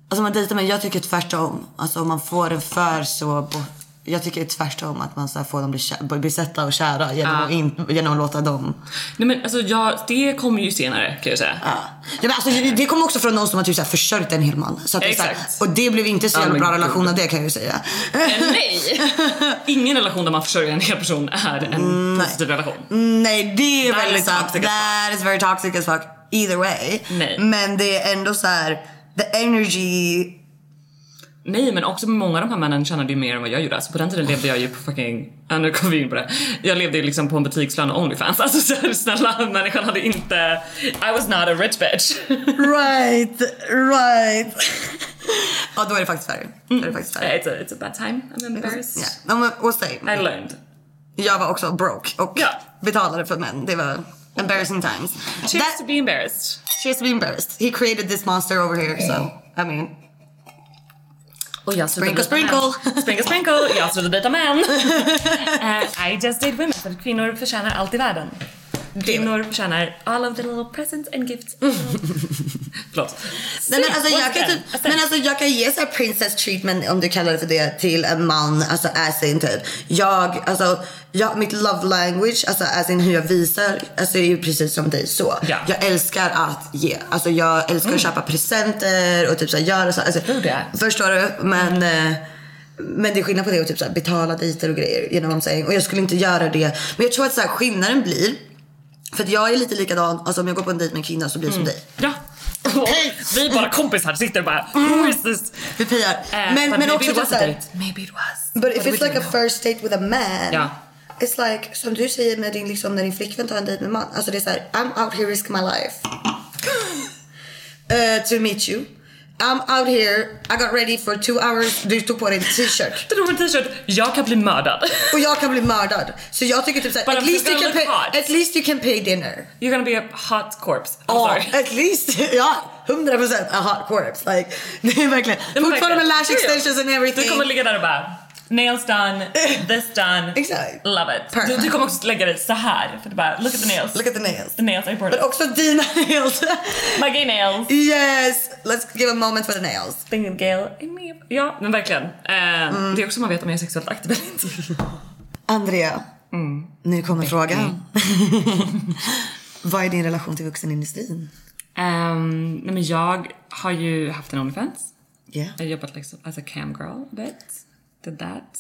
Alltså man dejtar, men jag tycker tvärtom. Alltså om man får en för så... Jag tycker det är tvärtom att man så här får dem bli, kär, bli sätta och kära genom, ah. att in, genom att låta dem. Nej men alltså jag, det kommer ju senare kan jag säga. Ah. Ja, men alltså, det kommer också från någon som har typ så här försörjt en hel man. Så att det så här, och det blev inte så jävla ah, bra relation av det kan jag ju säga. Eh, nej, ingen relation där man försörjer en hel person är en mm, positiv relation. Nej, det är that väldigt sant. That is very toxic as fuck either way. Nej. Men det är ändå så här, the energy... Nej, men också med många av de här männen tjänade ju mer än vad jag gjorde. Alltså på den tiden levde jag ju på fucking... Ja, nu kom vi in på det. Jag levde ju liksom på en butikslön och OnlyFans. Alltså så här, snälla människan hade inte... I was not a rich bitch. Right, right. Ja, då är det faktiskt färre. Mm. Då är det faktiskt färre. Yeah, it's, a, it's a bad time. I'm embarrassed. Yeah. No, what's that? I learned. Jag var också broke och yeah. betalade för män. Det var embarrassing times. Cheers That... to be embarrassed. Cheers to be embarrassed. He created this monster over here, so, I mean... Och jag sprinkle, sprinkle. Sprinkle, sprinkle. Jag trodde dejta män. uh, I just date women. För kvinnor förtjänar allt i världen. Kvinnor förtjänar all of the little presents and gifts. Förlåt. Nej, men, alltså, jag kan typ, men alltså jag kan ge så här princess treatment, om du kallar det för det, till en man. Alltså as in typ jag, alltså jag, mitt love language, alltså as in hur jag visar, alltså är ju precis som dig så. Ja. Jag älskar att ge. Alltså jag älskar mm. att köpa presenter och typ så här, göra så alltså, förstår du? Men mm. eh, men det är skillnad på det och typ så här, betala dejter och grejer genom omsägning. Och jag skulle inte göra det. Men jag tror att så här, skillnaden blir, för att jag är lite likadan. Alltså om jag går på en dejt med en kvinna så blir det mm. som dig. Ja. Okay. Vi är bara kompisar, sitter och bara mm. who is this? Vi piar. uh, Men, men också it was a date. Maybe it was. But if it's like a first date with a man, yeah. It's like, som du säger med din, liksom, när din flickvän tar en dejt med en man. Alltså det är så här, I'm out here risk my life uh, to meet you. I'm out here, I got ready for two hours. Du tog på dig en t-shirt. Du tog på en t-shirt. Jag kan bli mördad. Och jag kan bli mördad. Så jag tycker typ såhär, at least, you can pay, at least you can pay dinner. You're gonna be a hot corpse. I'm oh, sorry. At least, ja, hundra procent a hot corpse. Like, det är verkligen. Fortfarande med lash extensions and everything. Du kommer ligga där och bara, nails done, this done. Exactly. Love it. Du, du kommer också lägga det så här för du bara, look at the nails. Look at the nails. The nails are important. Men också dina nails. My gay nails. Yes. Let's give a moment for the nails. Thinking Gail. Ja, men verkligen. Uh, mm. Det är också man vet om jag är sexuellt aktiv eller inte. Andrea, mm. nu kommer frågan. Vad är din relation till vuxenindustrin? Um, nej men jag har ju haft en OnlyFans. Yeah. Jag har jobbat liksom as a cam girl a bit. Did that.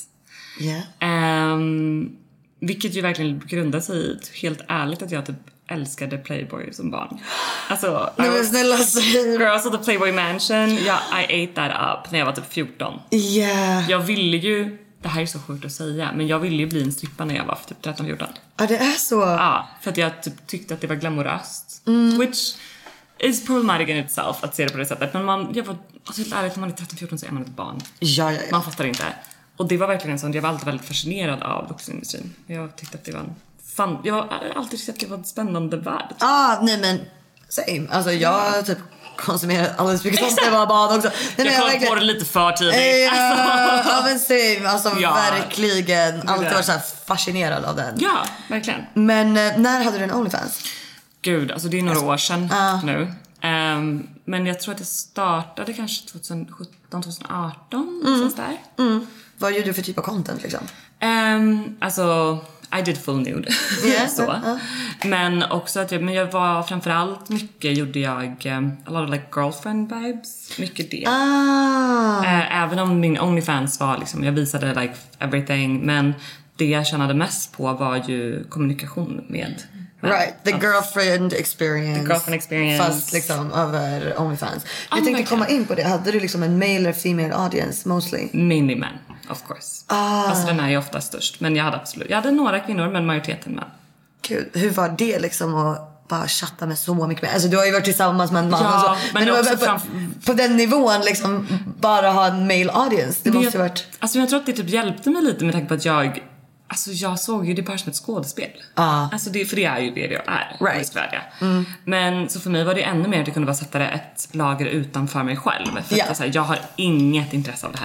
Yeah. Um, vilket ju verkligen grundar sig i, helt ärligt, att jag typ älskade Playboy som barn. Alltså, nej, men snälla, Girls of the Playboy Mansion. Ja, I ate that up när jag var typ fjorton. Yeah. Jag ville ju, det här är så sjukt att säga, men jag ville ju bli en strippa när jag var typ tretton fjorton. Ja, det är så. Ja, för att jag typ tyckte att det var glamoröst. Mm. Which is problematic in itself att se det på det sättet. Men man, jag var, alltså helt ärligt, när man är tretton fjorton så är man ett barn. Ja, ja, ja. Man fattar inte. Och det var verkligen en sån, jag var alltid väldigt fascinerad av vuxenindustrin. Jag tyckte att det var en fan, jag har alltid tyckt att det var en spännande värld. Ah, nej men same. Alltså jag mm. typ konsumerar alldeles mycket sånt när jag var barn också. Nej, jag kom verkligen på det lite för tidigt. Ja, alltså. Ja men same. Alltså ja. Verkligen. Alltid varit så här fascinerad av den. Ja, verkligen. Men när hade du en OnlyFans? Gud, alltså det är några år sedan ah. nu. Um, men jag tror att det startade kanske tjugosjutton tjugoarton. Mm. Så där. Mm. Vad gjorde du för typ av content liksom? Um, alltså, I did full nude. Yeah, så. Uh, uh. Men också att jag, men jag var framförallt mycket, gjorde jag um, a lot of like girlfriend vibes. Mycket det. Ah. Uh, även om min OnlyFans var liksom, jag visade like everything. Men det jag tjänade mest på var ju kommunikation med. Right, the girlfriend experience. The girlfriend experience. Fast liksom över OnlyFans. Jag oh tänkte komma in på det. Hade du liksom en male eller female audience mostly? Mainly men, of course. Ah. Alltså den är ju ofta störst. Men jag hade absolut, jag hade några kvinnor men majoriteten män. Gud, hur var det liksom att bara chatta med så mycket män? Alltså du har ju varit tillsammans med en man. Ja, och så. Men, men också på, fram... på den nivån liksom bara ha en male audience. Det, det måste ju varit... Alltså jag tror att det typ hjälpte mig lite med tanke på att jag... Alltså jag såg ju det bara som ett skådespel. Ah. Alltså det, för det är ju det jag är. Right. Mm. Men så för mig var det ännu mer att det kunde vara sätta det ett lager utanför mig själv. För yeah. att jag, här, jag har inget intresse av det här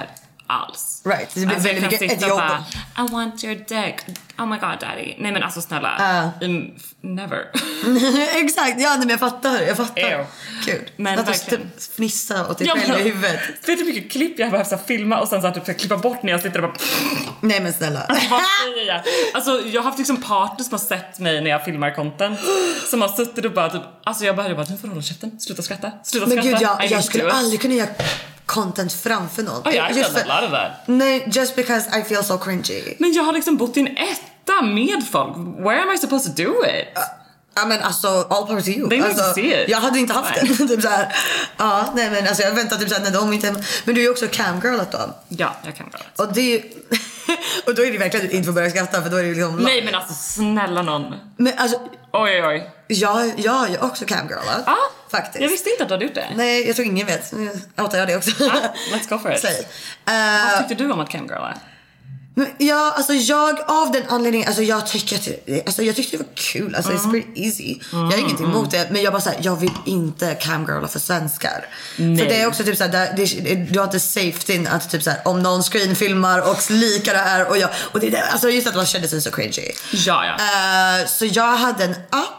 alls. Right, det blir alltså, väldigt mycket ett jobb. Bara, I want your dick. Oh my god daddy. Nej men alltså snälla. Uh. Um, never. Exakt, ja men jag fattar, jag fattar. Ew. Gud. Men att verkligen. Typ fnissa åt dig ja, själv i huvudet. Vet du hur mycket klipp jag har behövt filma och sen så att typ klippa bort när jag sitter och bara... Nej men snälla. Vad säger jag? Alltså jag har haft liksom partners som har sett mig när jag filmar content. Som har suttit och bara typ... Alltså jag bara, bara nu får du hålla käften. Sluta skratta. Sluta men skratta. Men gud, jag, jag skulle aldrig kunna göra content framför någon. Oh, jag just för, det där. Nej, just because I feel so cringy. Men jag har liksom bott i en etta med folk. Where am I supposed to do it? Uh, Ja men alltså all power to you. They alltså, need to see it. Jag hade inte haft det. typ så här. Ja, nej men alltså jag väntar typ så här när de inte. Men du är ju också camgirlat då. Ja, jag camgirlat. Och det är ju och då är det verkligen att du inte får börja skratta för då är det liksom nej men alltså snälla någon. Men alltså oj oj oj. Ja, ja, jag är också camgirlat. Ja, faktiskt. Jag visste inte att du hade gjort det. Nej, jag tror ingen vet. Jag outar jag det också. Ah, let's go for it. Säg. Uh, Vad tyckte du om att camgirla? Ja, alltså jag av den anledningen, alltså jag tycker att alltså jag tyckte det var kul, alltså mm. it's pretty easy. Mm. Jag har ingenting emot det, men jag bara så här, jag vill inte camgirla för svenskar. Nej. För det är också typ så här, det, du har inte safety att typ så här, om någon screenfilmar och lika det här och jag och det alltså just att man kände sig så cringy. Ja ja. Uh, så jag hade en app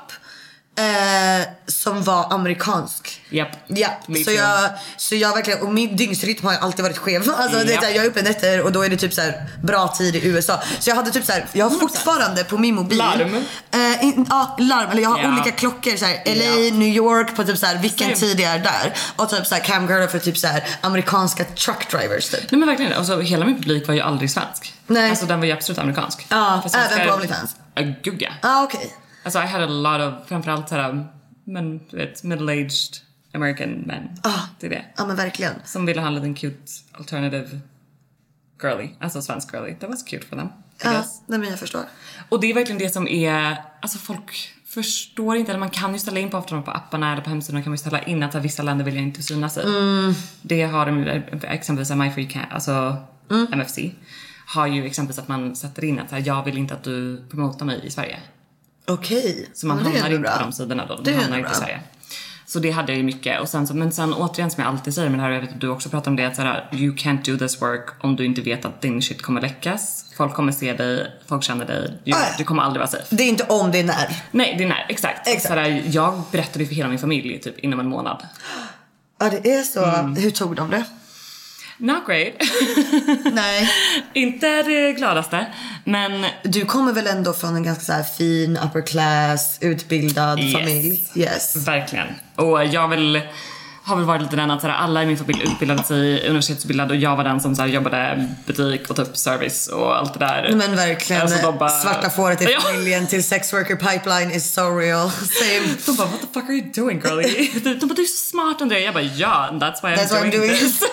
Eh, som var amerikansk. Japp. Ja, så jag, så jag verkligen, och min dygnsrytm har alltid varit skev. Alltså yep. det är så här, jag är uppe nätter och då är det typ så här bra tid i U S A. Så jag hade typ så här, jag har fortfarande på min mobil larm. Eh, in, ja, larm eller jag har yeah. olika klockor så här, L A, yeah. New York på typ så här vilken Same. tid jag är där och typ så här camgirl för typ så här amerikanska truck drivers typ. Nej men verkligen, alltså hela min publik var ju aldrig svensk. Nej. Alltså den var ju absolut amerikansk. Ja, även på OnlyFans. Ja, uh, gud ja. Ah, okej. Okay. Alltså I had a lot of framförallt såhär men du vet middle-aged American men. Ah, det är det. Ja men verkligen. Som ville ha en liten cute alternative girly, alltså svensk girly. That was cute for them. Ja, ah, nej men jag förstår. Och det är verkligen det som är, alltså folk förstår inte, eller man kan ju ställa in på ofta på apparna eller på hemsidan kan man ställa in att vissa länder vill jag inte synas i. Mm. Det har de exempelvis My Free Can, alltså mm. M F C har ju exempelvis att man sätter in att här, jag vill inte att du promotar mig i Sverige. Okej. Okay. Så man hamnar inte på de sidorna då. De hamnar inte i Sverige. Så det hade jag ju mycket. Och sen så, men sen återigen som jag alltid säger, men här jag vet att du också pratar om det, att så här, you can't do this work om du inte vet att din shit kommer läckas. Folk kommer se dig, folk känner dig. Du, du kommer aldrig vara safe. Det är inte om, det är när. Nej, det är när, exakt. exakt. Så här, jag berättade för hela min familj typ inom en månad. Ja, det är så. Mm. Hur tog de det? Not great. Nej. Inte det gladaste. Men du kommer väl ändå från en ganska så här fin, upper class, utbildad yes. familj. Yes. Verkligen. Och jag vill, har väl varit lite den att så här, alla i min familj utbildade sig universitetsutbildad och jag var den som så här, jobbade butik och typ service och allt det där. Men verkligen, alltså, bara, svarta fåret i familjen till sex worker pipeline is so real. Same. De bara, what the fuck are you doing girlie? De, de bara, du är så smart Andrea. Jag bara, ja, yeah, that's why I'm, that's doing, why I'm doing this.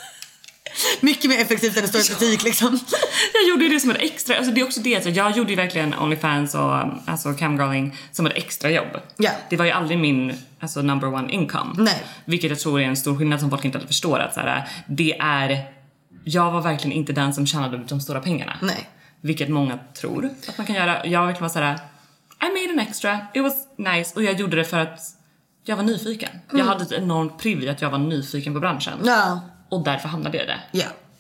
Mycket mer effektivt än en stor butik liksom. Jag gjorde ju det som ett extra, alltså det är också det, så jag gjorde ju verkligen OnlyFans och alltså camgirling som ett extra jobb. Yeah. Det var ju aldrig min alltså number one income. Nej. Vilket jag tror är en stor skillnad som folk inte förstår, att så här, det är, jag var verkligen inte den som tjänade de stora pengarna. Nej. Vilket många tror att man kan göra. Jag verkligen var så här, I made an extra, it was nice, och jag gjorde det för att jag var nyfiken. Mm. Jag hade ett enormt priv att jag var nyfiken på branschen. Ja. Och därför hamnade jag det. Ja.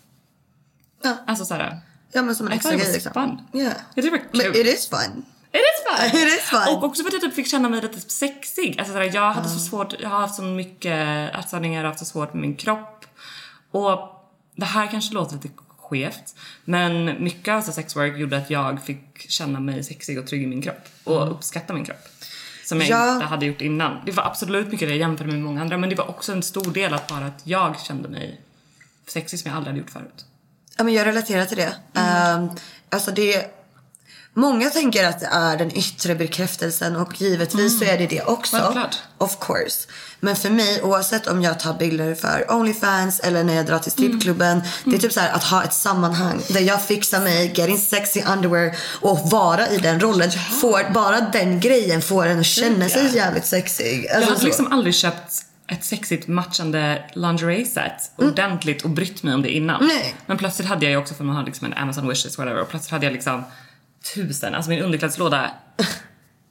Ja. Alltså såhär. Ja, men som en extra grej liksom. Fun. Yeah. Jag tycker det var kul. Men it is fun. It is fun. It is fun. Och också för att jag typ fick känna mig lite sexig. Alltså såhär, jag hade uh. så svårt, jag har haft så mycket ätstörningar, jag har haft så svårt med min kropp. Och det här kanske låter lite skevt, men mycket av sexwork gjorde att jag fick känna mig sexig och trygg i min kropp. Och mm. uppskatta min kropp. Som jag ja. inte hade gjort innan. Det var absolut mycket det jag jämförde med många andra. Men det var också en stor del att bara att jag kände mig sexig som jag aldrig hade gjort förut. Ja, men jag relaterar till det. Mm. Um, alltså det... Många tänker att det är den yttre bekräftelsen. Och givetvis mm. så är det det också. Självklart. Of course. Men för mig, oavsett om jag tar bilder för OnlyFans eller när jag drar till strippklubben, mm. det är typ så här att ha ett sammanhang där jag fixar mig, getting sexy underwear och vara i den rollen. Får, bara den grejen får en att känna sig jävligt sexig. Alltså, jag hade liksom aldrig köpt ett sexigt matchande lingerie-set mm. ordentligt och brytt mig om det innan. Nej. Men plötsligt hade jag ju också, för man hade liksom en Amazon wishes whatever, och plötsligt hade jag liksom tusen, alltså min underklädeslåda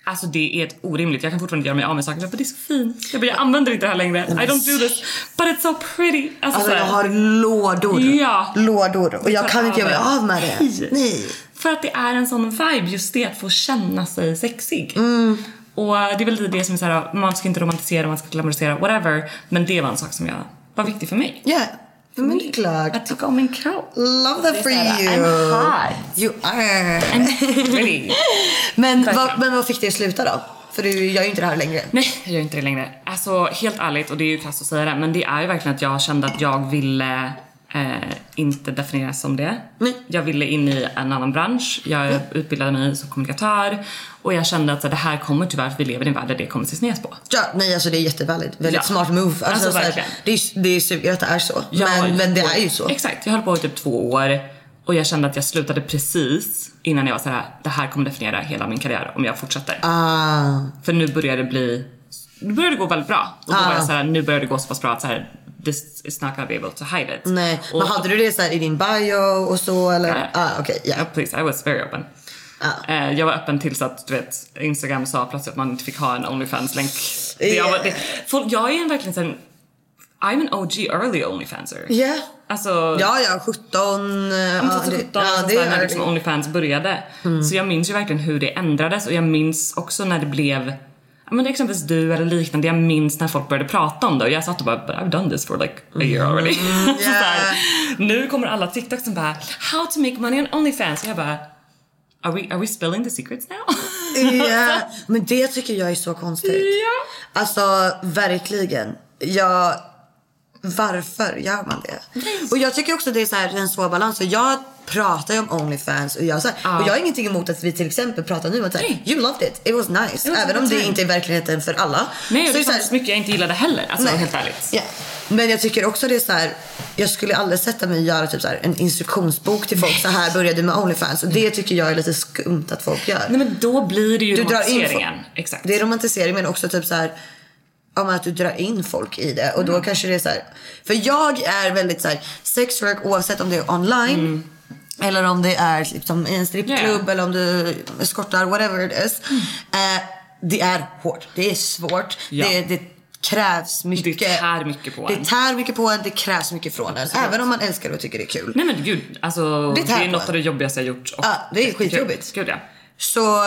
Alltså det är ett orimligt. Jag kan fortfarande göra mig av med saker. Men det är så fint. Jag, bara, jag använder inte det här längre. I don't do this. But it's so pretty. Alltså, alltså jag har lådor. Ja. Lådor. Och jag kan inte göra mig av med det. Nej. Nej. För att det är en sån vibe. Just det att få känna sig sexig. Mm. Och det är väl lite det som är så här. Man ska inte romantisera, man ska glamorisera, whatever. Men det var en sak som jag var viktig för mig. Ja. Yeah. Men det är klart. Att tycka om min kropp. Love that for you. I'm hot. You are. I'm pretty. men, vad, men vad fick det att sluta då? För du gör ju inte det här längre. Nej, jag gör inte det längre. Alltså helt ärligt, och det är ju krasst att säga det, men det är ju verkligen att jag kände att jag ville eh, inte definieras som det. Nej. Jag ville in i en annan bransch. Jag mm. utbildade mig som kommunikatör. Och jag kände att så, det här kommer tyvärr, för vi lever i en värld där det kommer se snett på. Ja, nej alltså det är jättevalid. Väldigt ja. smart move. Alltså, alltså så här, det är, det är suger att det är så. Ja, men, men det är ju så. Exakt, jag höll på i typ två år. Och jag kände att jag slutade precis innan jag var så här: det här kommer definiera hela min karriär om jag fortsätter. Ah. För nu börjar det bli, nu börjar det gå väldigt bra. Och då ah. var jag så här, nu börjar det gå så pass bra att så här, this is not gonna be able to hide it. Nej, och, men hade du det så här i din bio och så eller? Ja. Ah, okej, okay, yeah. yeah. Please, I was very open. Ah. Eh, jag var öppen tills att du vet, Instagram sa plötsligt att man inte fick ha en OnlyFans-länk. Yeah. Jag, var, det, folk, jag är en verkligen sån, I'm an O G early OnlyFanser. Ja. Yeah. Alltså, ja, ja, sjutton. Ja, det, sjutton ja, det är när liksom OnlyFans började. Mm. Så jag minns ju verkligen hur det ändrades. Och jag minns också när det blev, ja men exempelvis du eller liknande. Jag minns när folk började prata om det. Och jag satt och bara, but I've done this for like a year already. Mm, yeah. Så där, nu kommer alla TikToks som bara, how to make money on OnlyFans. Och jag bara, Are we, are we spilling the secrets now? Ja, yeah, men det tycker jag är så konstigt. Ja. Alltså, verkligen. Jag... Varför gör man det? Nice. Och jag tycker också det är så här en svår balans. Och jag pratar ju om OnlyFans. Och jag, så här, ah. och jag har ingenting emot att vi till exempel pratar nu om att you loved it, it was nice. It was Även om det inte är verkligheten för alla. Nej, och så det fanns så mycket jag inte gillade heller. Alltså nej. Helt ärligt. Yeah. Men jag tycker också det är så här, jag skulle aldrig sätta mig och göra typ så här, en instruktionsbok till folk. Så här började med OnlyFans. Och det tycker jag är lite skumt att folk gör. Nej, men då blir det ju du romantiseringen. Exakt. Det är romantisering, men också typ så här, om att du drar in folk i det. Och då mm. kanske det är så här, för jag är väldigt så här, sexwork oavsett om det är online mm. eller om det är liksom en strippklubb yeah. eller om du eskortar, whatever it is. Mm. Eh, det är hårt, det är svårt, ja. det, det krävs mycket. Det tär mycket på en. Det tär mycket på en, det krävs mycket från en. Absolut. Även om man älskar det och tycker det är kul. Nej men gud, alltså det, det är något av det jobbigaste jag gjort. Ja, ah, det är skitjobbigt. Gud, ja. Så...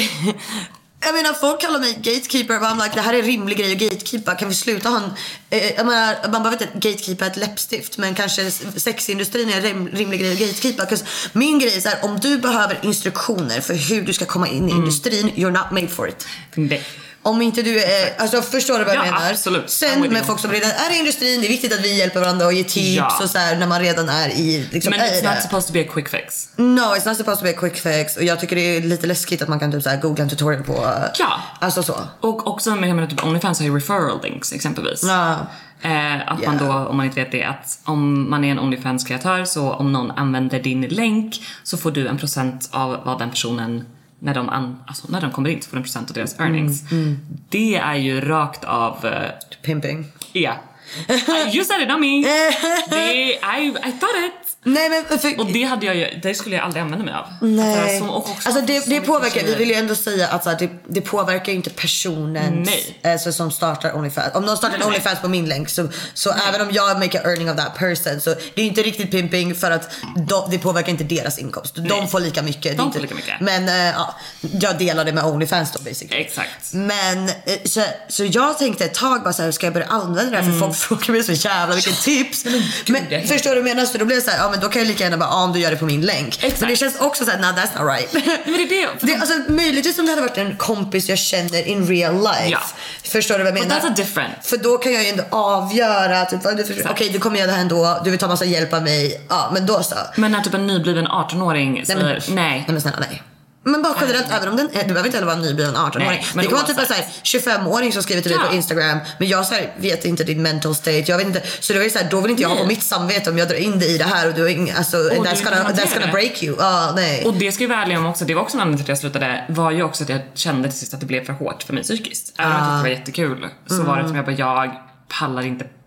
Jag menar, folk kallar mig gatekeeper. Man like, det här är rimlig grej att gatekeepa. Kan vi sluta ha en... Eh, jag menar, man behöver inte gatekeepa ett läppstift. Men kanske sexindustrin är en rim, rimlig grej att gatekeepa. Min grej är så här, om du behöver instruktioner för hur du ska komma in i mm. industrin, you're not made for it. Nej. Om inte du är, alltså förstår du vad jag ja, menar? Absolut. Sen med folk som redan är i industrin, det är viktigt att vi hjälper varandra och ger tips ja. och så här, när man redan är i liksom, men it's not supposed to be a quick fix. No, it's not supposed to be a quick fix. Och jag tycker det är lite läskigt att man kan typ så här googla en tutorial på. Ja. Alltså så. Och också med jag menar, typ OnlyFans har ju referral links exempelvis. Ja. Eh, att yeah. man då, om man inte vet det, att om man är en OnlyFans-kreatör, så om någon använder din länk så får du en procent av vad den personen, när de, an, alltså när de kommer in, så får de en procent av deras earnings. Mm, mm. Det är ju rakt av uh, pimping. Ja. Yeah. You said it, not me. det, I, I thought it. Nej, men för... Och det hade jag ju, det skulle jag aldrig använda mig av. Nej. Alltså, och också, alltså det, det påverkar, vi vill ju ändå säga att så här, det, det påverkar ju inte personen alltså, som startar OnlyFans. Om någon startar OnlyFans på min länk, så, så även om jag make a earning of that person, så det är inte riktigt pimping, för att de, det påverkar inte deras inkomst. De Nej. får lika mycket. De inte, får lika mycket. Men äh, ja, jag delade med OnlyFans då basically. Exakt. Men så, så jag tänkte ett tag bara så här, ska jag börja använda det här? För mm. folk frågar mig så jävla vilket tips. Men, men förstår du vad jag menar? Så då blev det så här, ja men då kan jag lika gärna bara, ja, om du gör det på min länk. Exakt. Men det känns också så här, nah, that's not right. Men det är det. det alltså, möjligtvis om det hade varit en kompis jag känner in real life. Ja. Förstår du vad jag menar? But that's a different. För då kan jag ju ändå avgöra typ, okej, okay, du kommer göra det här ändå, du vill ta massa hjälp av mig. Ja, men då så. Men när typ en nybliven arton-åring säger nej. Men, nej. nej men snälla, nej. Men bara generellt, även om den, du behöver inte heller vara en nybliven arton-åring. Det kan vara typ en tjugofem-åring som skriver till dig ja. på Instagram. Men jag så här, vet inte din mental state. Jag vet inte, så det var så här, då vill inte jag ha på mitt samvete om jag drar in dig i det här. Och du ing, alltså, och that's, gonna, that's gonna break you. Ah, nej. Och det ska vi vara ärliga om också. Det var också en anledning till att jag slutade. Var ju också att jag kände till sist att det blev för hårt för mig psykiskt. Även om ah. jag tyckte det var jättekul, så mm. var det som jag bara, jag pallar inte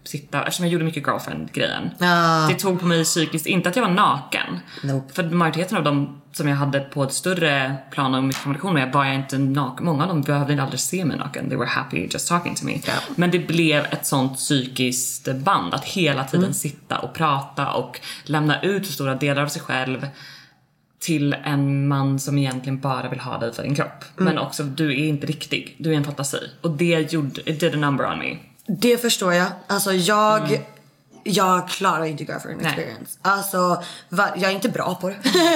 sitta, eftersom jag gjorde mycket girlfriend-grejen. Ah. Det tog på mig psykiskt, inte att jag var naken. Nope. För majoriteten av dem som jag hade på ett större plan och mycket kommunikation med var jag inte naken. Många av dem behövde aldrig se mig naken. They were happy just talking to me. Yeah. Men det blev ett sånt psykiskt band att hela tiden mm. sitta och prata och lämna ut så stora delar av sig själv till en man som egentligen bara vill ha dig för din kropp. Mm. Men också, du är inte riktig. Du är en fantasi. Och det gjorde, it did a number on me. Det förstår jag. Alltså jag... Mm. Jag klarar inte girlfriend experience. Nej. Alltså, va, jag är inte bra på det.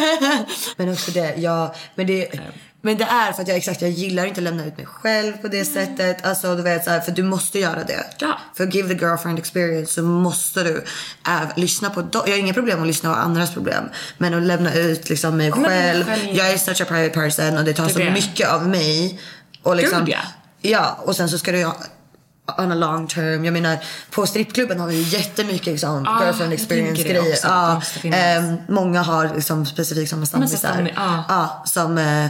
Men också det, jag... Men det... Mm. Men det är för att jag exakt jag gillar inte att lämna ut mig själv på det mm. sättet. Alltså du vet så här, för du måste göra det. Ja. För give the girlfriend experience så måste du äh, lyssna på do- jag har inga problem att lyssna på andras problem, men att lämna ut liksom mig själv. själv. Jag är such a private person och det tar det så det. mycket av mig och liksom Gud, ja. ja, och sen så ska du on a long term. Jag menar, på strippklubben har vi ju jättemycket liksom, ah, girlfriend experience grejer. Ja, eh, många har liksom specifikt som stammisar. Ja, ah, som eh,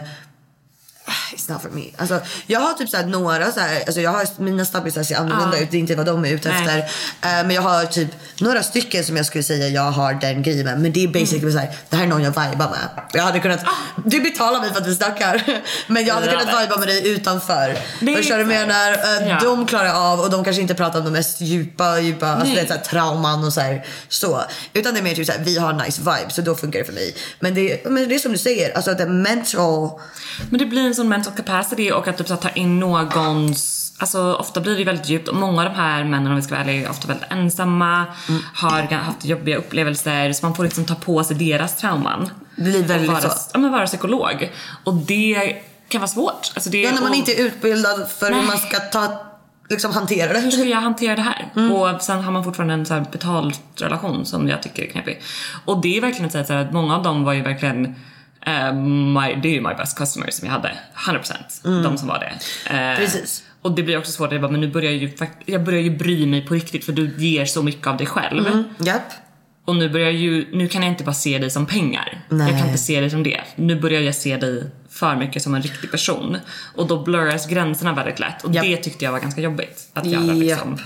it's not for me. Alltså, jag har typ såhär några såhär, alltså jag har mina stabisar ser annorlunda ah. ut, det är inte vad de är ute efter. Uh, men jag har typ några stycken som jag skulle säga jag har den grejen med. Men det är basically mm. såhär, det här är någon jag vibar med. Jag hade kunnat, ah. du betalar mig för att vi snackar. Men jag hade kunnat det. viba med dig utanför. Förstår du menar? Uh, ja. De klarar av, och de kanske inte pratar om de mest djupa, djupa alltså det är såhär, trauman och såhär, så. Utan det är mer typ såhär, vi har nice vibe, så då funkar det för mig. Men det, men det är som du säger, alltså det mental. Men det blir en sån mental capacity och att typ så att ta in någons, alltså ofta blir det väldigt djupt och många av de här männen, om vi ska vara ärliga, är ofta väldigt ensamma, mm. har haft jobbiga upplevelser, så man får liksom ta på sig deras trauman. Det blir väldigt vara, så. Ja, men vara psykolog, och det kan vara svårt. Alltså det, ja, när man och, inte är utbildad för nej. hur man ska ta liksom hantera det. Hur ska jag hantera det här? Mm. Och sen har man fortfarande en så här betald relation som jag tycker är knepig. Och det är verkligen att säga att många av dem var ju verkligen Uh, my, det är ju my best customers som jag hade hundra procent, mm. de som var det. Uh, Precis. Och det blir också svårt, jag bara, men nu börjar jag ju jag börjar ju bry mig på riktigt, för du ger så mycket av dig själv. Mm. Yep. Och nu börjar jag ju, nu kan jag inte bara se dig som pengar. Nej. Jag kan inte se dig som det. Nu börjar jag se dig för mycket som en riktig person. Och då blurras gränserna väldigt lätt. Och yep. det tyckte jag var ganska jobbigt att göra liksom. Yep.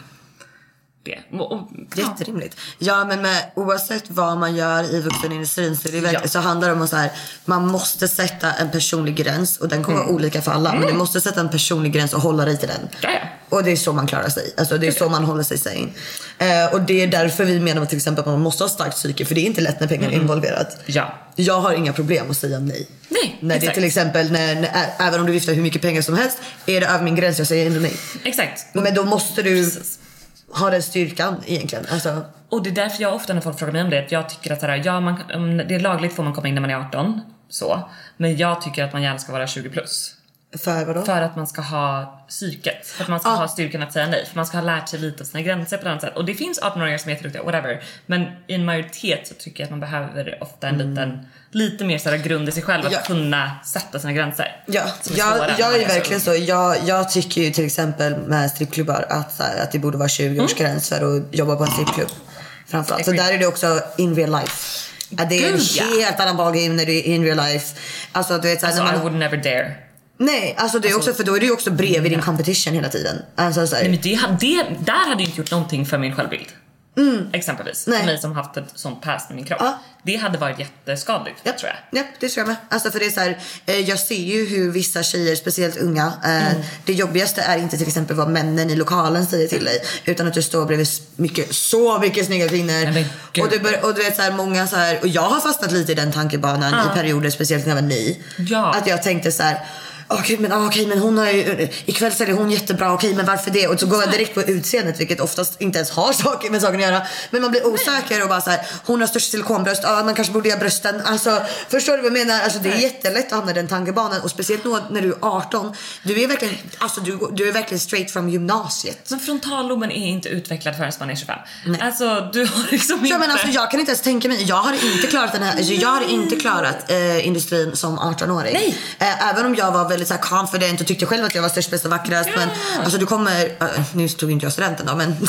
Det. Och, och, ja. Jätterimligt. Ja, men med, oavsett vad man gör i vuxenindustrin så, är det verkligen, ja. så handlar det om att så här, man måste sätta en personlig gräns, och den kommer mm. vara olika för alla, mm. men du måste sätta en personlig gräns och hålla dig till den. Ja, ja. Och det är så man klarar sig. Alltså det är okay. så man håller sig sane. Eh, och det är därför vi menar till exempel att man måste ha starkt psyke, för det är inte lätt när pengar är mm. involverat. Ja. Jag har inga problem att säga nej. Nej, när det är till exempel när, när, även om du viftar hur mycket pengar som helst, är det över min gräns, jag säger inte nej. Exakt. Men då måste du Precis. har den styrkan egentligen. Alltså. Och det är därför jag ofta när folk frågar mig om det, att jag tycker att så här, ja, man, om det är lagligt får man komma in när man är arton, så. Men jag tycker att man gärna ska vara tjugo plus. För vadå? För att man ska ha psyket. För att man ska ah. ha styrkan att säga nej. För man ska ha lärt sig lite av sina gränser på ett annat sätt. Och det finns arton-åringar som är jätteduktiga, whatever. Men i en majoritet så tycker jag att man behöver ofta en mm. liten, lite mer sådär grund i sig själv. Att ja. kunna sätta sina gränser. Ja, jag, jag är ju verkligen så. Jag, jag tycker ju till exempel med strippklubbar att, så här, att det borde vara tjugo års mm. gräns för att jobba på en strippklubb. Framförallt. Så där är det också in real life. Att det är en helt annan ballgame när du är in real life. Alltså du vet såhär, alltså, man... I would never dare. Nej, alltså det är alltså, också, för då är det ju också bredvid din competition hela tiden. Alltså, så nej, men det, det, där hade ju inte gjort någonting för min självbild. Mm. Exempelvis, nej. För mig som haft ett sånt past med min kropp. Ja. Det hade varit jätteskadligt, ja. tror jag. Ja, det tror jag med. Alltså för det är så här, eh, jag ser ju hur vissa tjejer, speciellt unga, eh, mm. det jobbigaste är inte till exempel vad männen i lokalen säger till dig, utan att du står bredvid mycket, så mycket snygga kvinnor. Och du, bör, och du vet så här, många så här, och jag har fastnat lite i den tankebanan ah. i perioder, speciellt när jag var ny. Ja. Att jag tänkte så här, okej, okay, men, okay, men hon har ju, ikväll säljer hon jättebra, okej, okay, men varför det? Och så går jag direkt på utseendet, vilket oftast inte ens har saker med saken att göra. Men man blir osäker och bara så här, hon har störst silikonbröst, ja, man kanske borde göra brösten. Alltså, förstår du vad jag menar? Alltså, det är jättelätt att hamna i den tankebanan. Och speciellt när du är arton. Du är verkligen, alltså, du, du är verkligen straight from gymnasiet. Men frontalloben är inte utvecklad förrän man är tjugofem. Nej. Alltså, du har liksom inte... Ja, men alltså, jag kan inte ens tänka mig, jag har inte klarat den här, alltså, jag har inte klarat eh, industrin som arton-åring. Nej. Eh, även om jag var väldigt så här confident och tyckte själv att jag var störst, bäst och vackrast. Ja. Men alltså du kommer, uh, nu tog inte jag studenten då, men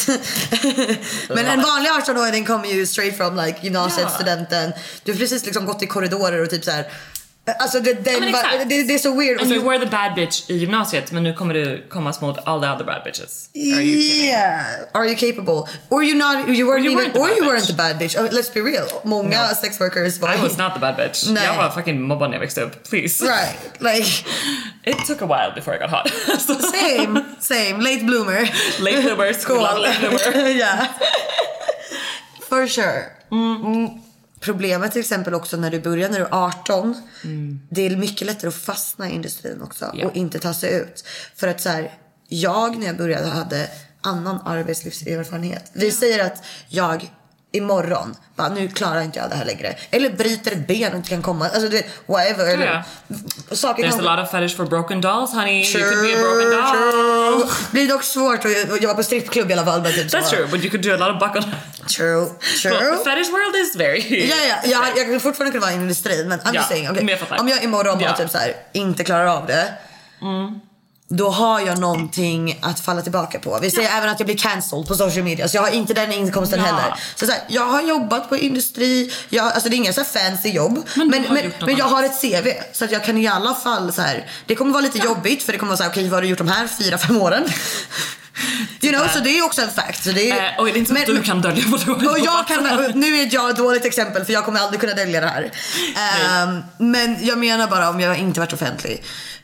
men en vanlig arton-åring kommer ju straight from like gymnasiet, ja. studenten. Du har precis liksom gått i korridorer och typ så här Alltså det, den ja, var, det, det är så weird. And så, you were the bad bitch i gymnasiet, men nu kommer du komma mot all the other bad bitches. Are you yeah. Are you capable? Or you not? You weren't, you even. weren't the Or bad you bitch. weren't the bad bitch. Oh, let's be real. Många No. sex workers var. I was not the bad bitch. Nej. Jag var fucking mobbad när jag växte upp. Please. Right. Like. It took a while before I got hot. Same. Same. Late bloomer. Late bloomers. Cool. Late bloomer. Yeah. For sure. Mm. Problemet till exempel också när du börjar när du är arton. Mm. Det är mycket lättare att fastna i industrin också. Yeah. Och inte ta sig ut. För att så här, jag när jag började hade annan arbetslivserfarenhet. Vi yeah. säger att jag imorgon bara, nu klarar inte jag det här längre. Eller bryter ett ben och inte kan komma. Alltså du vet, whatever. Yeah. Eller, saker There's kan... a lot of fetish for broken dolls, honey. True, you could be a broken doll. True. Det är dock svårt att jobba på strippklubb i alla fall. Typ That's så. true, but you could do a lot of buckle. True, true. Well, the fetish world is very... Ja, ja, ja, jag kan fortfarande kunna vara i industrin. Men I'm ja, just saying, okay, jag om jag imorgon bara ja. typ så här, inte klarar av det. Mm. Då har jag någonting att falla tillbaka på. Vi säger ja. även att jag blir cancelled på social media. Så jag har inte den inkomsten ja. heller. Så, så här, jag har jobbat på industri. Jag, alltså det är inga så här fancy jobb. Men, men, men, men jag har ett C V. Så att jag kan i alla fall så här. Det kommer vara lite ja. jobbigt. För det kommer vara så här, okej, okay, vad har du gjort de här fyra, fem åren? You know, så det är också en fact. Så det är, äh, och det är inte så men, att du kan dölja vad du har och jag kan, nu är jag ett dåligt exempel. För jag kommer aldrig kunna dölja det här. um, Men jag menar bara om jag inte varit offentlig.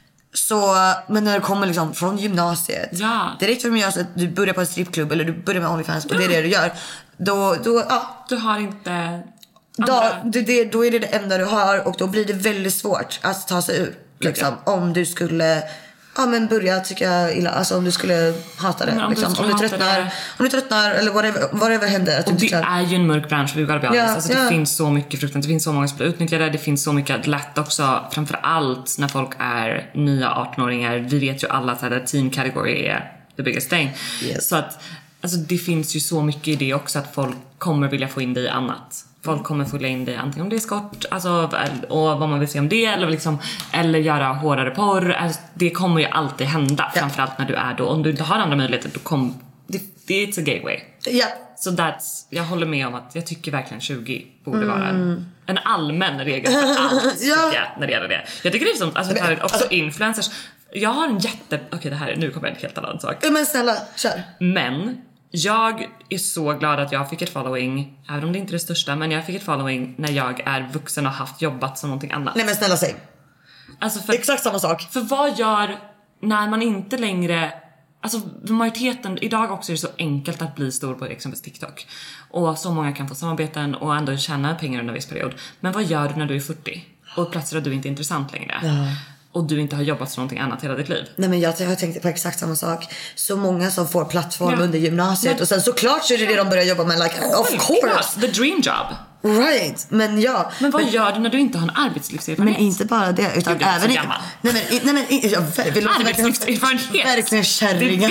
Så, men när det kommer liksom från gymnasiet ja. direkt från gymnasiet, du börjar på en strippklubb eller du börjar med OnlyFans och ja. det är det du gör. Då, då, ja. Du har inte då, du, det, då är det det enda du har. Och då blir det väldigt svårt att ta sig ur liksom, okay. Om du skulle ja, men börja tycka illa. Alltså om du skulle hata det om, liksom. du om, du tröttnar, det. om du tröttnar eller whatever, whatever händer att och du det är ju en mörk bransch. Vi gotta be ja, alltså, ja. Det finns så mycket fruktan. Det finns så många som blir utnyttjade. Det finns så mycket att lätt också. Framförallt när folk är nya arton-åringar. Vi vet ju alla att team category är the biggest thing. Yes. Så att alltså, det finns ju så mycket i det också. Att folk kommer vilja få in det i annat. Folk kommer följa in det antingen om det är skott alltså, och vad man vill se om det eller, liksom, eller göra hårdare porr. Alltså, det kommer ju alltid hända. Ja. Framförallt när du är då. Om du inte har andra möjligheter då kommer det, det är a gateway. Ja. Så so that's, jag håller med om att jag tycker verkligen tjugo borde mm. vara en, en allmän regel för allt ja. tycker jag, när det gäller det. Jag tycker det är som alltså, men, också alltså, influencers. Jag har en jätte... Okej, okay, det här nu kommer en helt annan sak. Men snälla, kör. Men jag är så glad att jag fick ett following, även om det inte är det största, men jag fick ett following när jag är vuxen och haft jobbat som någonting annat. Nej men snälla, säg. Alltså för, exakt samma sak. För vad gör när man inte längre... Alltså majoriteten, idag också är det så enkelt att bli stor på exempelvis TikTok. Och så många kan få samarbeten och ändå tjäna pengar under en viss period. Men vad gör du när du är fyrtio? Och plötsligt att du inte är intressant längre. Ja. Och du inte har jobbat som någonting annat hela ditt liv. Nej men jag, jag har tänkt på exakt samma sak. Så många som får plattform ja. under gymnasiet. Men, och sen såklart så är det det de börjar jobba med. Like, of course. The dream job. Right, men ja. Men vad men, gör du när du inte har en arbetslivserfarenhet? Men inte bara det, utan du även i... Nej men, nej, men jag vill arbetslivserfarenhet. Verkligen kärringar.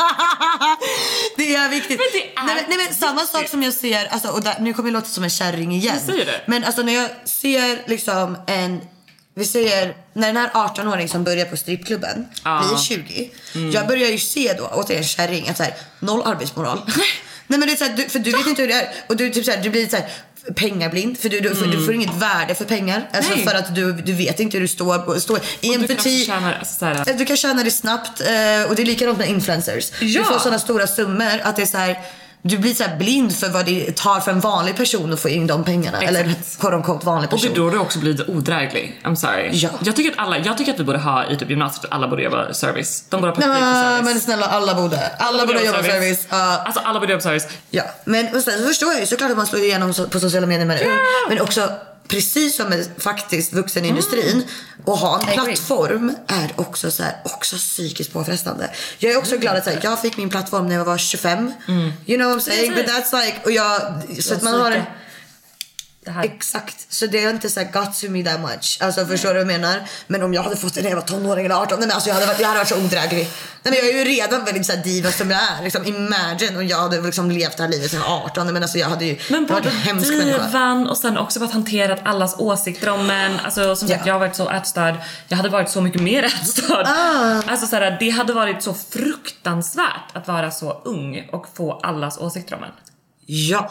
Det är viktigt. Men det är nej, men, nej men samma sak som jag ser alltså, och där, nu kommer jag låta som en kärring igen. Jag säger det. Men alltså när jag ser liksom en... Vi säger, när den här arton-åring som börjar på strippklubben ah. blir tjugo. Mm. Jag börjar ju se då, återigen kärring, att så här, noll arbetsmoral. Nej men det är så här, du, för du vet inte hur det är. Och du, typ så här, du blir så här pengablind. För du, du, för, mm. du får inget värde för pengar. Alltså för att du, du vet inte hur du står, står i och en butik. Alltså, du kan tjäna det snabbt. Och det är likadant med influencers. Ja. Du får sådana stora summor att det är så här... Du blir så här blind för vad det tar för en vanlig person att få in de pengarna. Exakt. Eller quote-unquote vanlig person. Och det då du också blir odräglig. I'm sorry. Ja. Jag, tycker att alla, jag tycker att vi borde ha i typ gymnasiet att alla borde jobba service. De borde ha praktik för service. Men snälla, alla borde. Alla, alla borde jobba service. service. Uh, alltså alla borde jobba service. Ja, men och sen så förstår jag ju såklart att man slår igenom på sociala medier. Men, yeah. men också... Precis som med faktiskt vuxenindustrin mm. och ha en plattform är också så här, också psykiskt påfrestande. Jag är också mm. glad att så här, jag fick min plattform när jag var tjugofem. Mm. You know what I'm saying? But that's like och jag så att man har en exakt. Så det är inte så här got to me that much. Alltså förstår du vad jag menar? Men om jag hade fått det när jag var tonåring eller arton, nej, men alltså jag hade varit, jag hade varit så odräglig. Nej men jag är ju redan väldigt så här diva som jag är. Liksom imagine om jag hade liksom levt det här livet sedan arton, men alltså jag hade ju men varit en hemsk människa. Och sen också varit hanterat allas åsikter om en. Alltså som sagt, ja. jag har varit så ätstörd. Jag hade varit så mycket mer ätstörd. Ah. Alltså så här, det hade varit så fruktansvärt att vara så ung och få allas åsikter om en. Ja.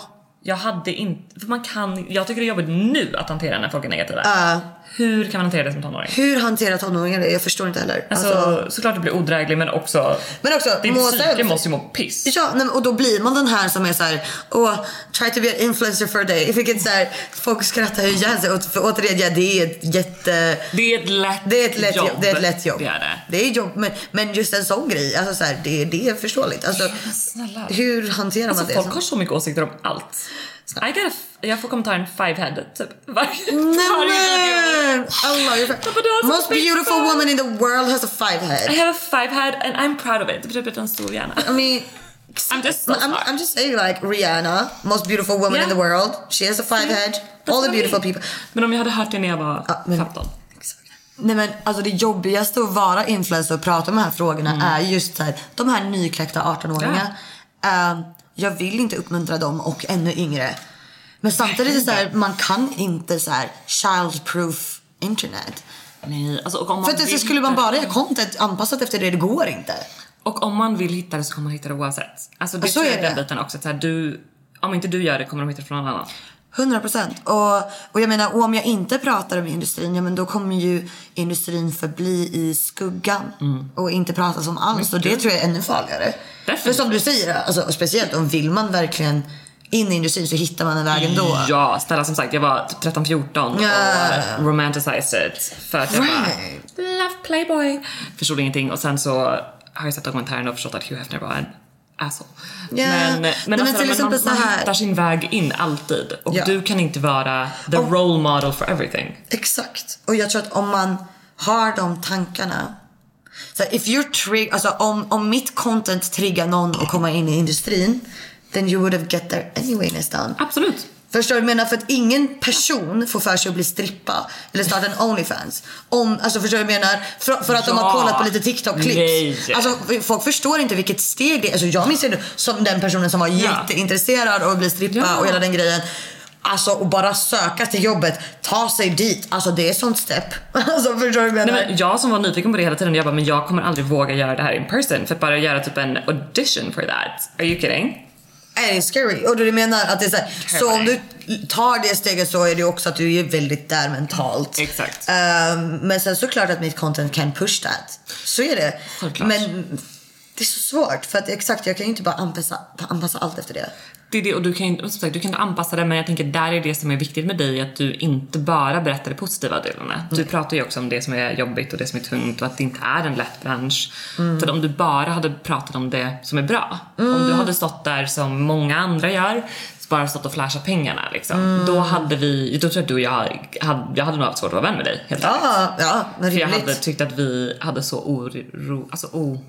Jag hade inte, för man kan, jag tycker det är jobbigt nu att hantera när folk är negativa. Uh, Hur kan man hantera det som tonåring? Hur hanterar tonåringar det? Jag förstår inte heller. Alltså, alltså såklart det blir odräglig, men också, men också din psyke måste ju må piss. Ja, nej, och då blir man den här som är så här, oh, try to be an influencer for a day. Vilket så här, folk skrattar hur jazz är. För återigen, ja, det är ett jätte... Det är ett lätt, det är ett lätt jobb. jobb. Det är ett lätt jobb. Det är det. Det är jobb, men, men just en sån grej, alltså så här, det, det är förståeligt. Alltså, snälla. Hur hanterar alltså, man det? Folk så? har så mycket åsikter om allt. I got a, jag får kommentaren five head typ varje, Nej, varje video. Allah, you're most beautiful woman in the world has a five head. I have a five head and I'm proud of it. Det betyder att jag har en stor hjärna. I mean, I'm just so I'm, I'm just saying, like Rihanna, most beautiful woman yeah. in the world. She has a five yeah. head. That's All the I beautiful mean. people. Men om jag hade hört det när jag var ja, men, femton. Nej, men alltså det jobbigaste att vara influencer och prata om de här frågorna mm. är just så här, de här nykläckta arton-åringar. Yeah. Uh, jag vill inte uppmuntra dem och ännu yngre. Men samtidigt är det så här, man kan inte så här child-proof internet. Nej, alltså, och om man för att det skulle man bara göra content anpassat efter det, det går inte. Och om man vill hitta det så kommer man hitta det oavsett. Alltså det så tror jag är den det. biten också. Så här, du, om inte du gör det kommer de hitta det från någon annan. hundra procent. Och, och jag menar, och om jag inte pratar om industrin, ja, men då kommer ju industrin förbli i skuggan mm. och inte pratas om alls. Och det tror jag är ännu farligare. Definitivt. För som du säger, alltså, speciellt om vill man verkligen in i industrin så hittar man en väg ändå. Ja, ställa som sagt, jag var typ tretton fjorton yeah. och romanticized it. För att jag right. bara, love Playboy. Förstod ingenting och sen så har jag sett dokumentären och förstått att Hugh Hefner var en asshole. Yeah. Men, men, alltså, men, men man, så här. man hittar sin väg in alltid. Och ja. du kan inte vara the och, role model for everything. Exakt. Och jag tror att om man har de tankarna. Så if you're trig- alltså om, om mitt content triggar någon att komma in i industrin, then you would have get there anyway nästan. Absolut. Förstår du? Jag menar, för att ingen person får för sig att bli strippa eller starta en OnlyFans. Om, alltså förstår du vad jag menar? För, för att ja. de har kollat på lite TikTok-clips. Alltså folk förstår inte vilket steg det är. Alltså jag minns det som den personen som var ja. jätteintresserad av att bli strippa ja. och hela den grejen. Alltså och bara söka till jobbet, ta sig dit. Alltså det är sånt step. Alltså förstår du vad jag menar? Nej, men jag som var nyfiken på det hela tiden, jag bara, men jag kommer aldrig våga göra det här in person. För att bara göra typ en audition for that. Are you kidding? Det är scary. Och du menar att det är så här, så om du tar det steget så är det också att du är väldigt där mentalt. Exakt. Um, men sen såklart att mitt content can push that. Så är det. Självklart. Men det är så svårt för att exakt, jag kan ju inte bara anpassa, anpassa allt efter det. Det är det, och du kan, som sagt, du kan anpassa det, men jag tänker där är det som är viktigt med dig, att du inte bara berättar det positiva delarna. Du mm. pratar ju också om det som är jobbigt och det som är tungt och att det inte är en lätt bransch. Mm. För om du bara hade pratat om det som är bra, mm. om du hade stått där som många andra gör, bara stått och flashat pengarna liksom, mm. då hade vi, då tror jag att du och jag hade, jag hade nog haft svårt att vara vän med dig helt ja, ärligt. Ja, men för jag hade tyckt att vi hade så oro, alltså o,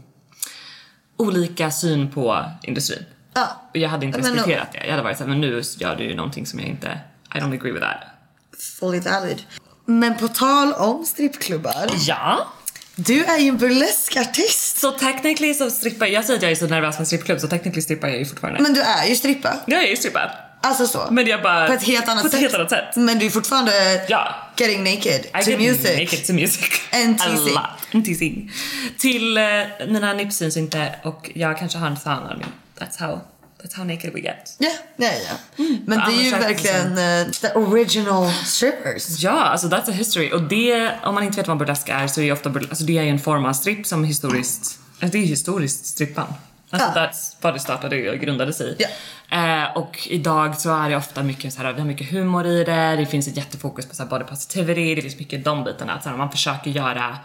olika syn på industrin. Ja. Och jag hade inte respekterat det. Jag hade varit så här, men nu gör du ju någonting som jag inte, I don't agree with that. Fully valid. Men på tal om strippklubbar. Ja. Du är ju en burleskartist. Så technically så strippar jag, säger att jag är så nervös med strippklubb, så technically strippar jag ju fortfarande. Men du är ju strippa. Jag är ju strippa. Alltså så. Men jag bara, på ett helt annat, på ett sätt. Helt annat sätt. Men du är fortfarande ja. getting naked I to get music. naked to music. And teasing. And teasing. Till uh, mina nips syns inte och jag kanske har en fan. That's how That's how naked we get. Ja, ja, ja. Mm. Men det är ju verkligen uh, the original strippers. Ja, alltså that's a history. Och det, om man inte vet vad burlesk är, så är det ofta burlesk, alltså det är ju en form av stripp som historiskt, alltså det är historiskt strippan. Alltså ja. That's vad det startade och grundade sig. Ja. Eh, och idag så är det ofta mycket så här, vi har mycket humor i det. Det finns ett jättefokus på så här body positivity. Det finns mycket de bitarna. Att så här, man försöker göra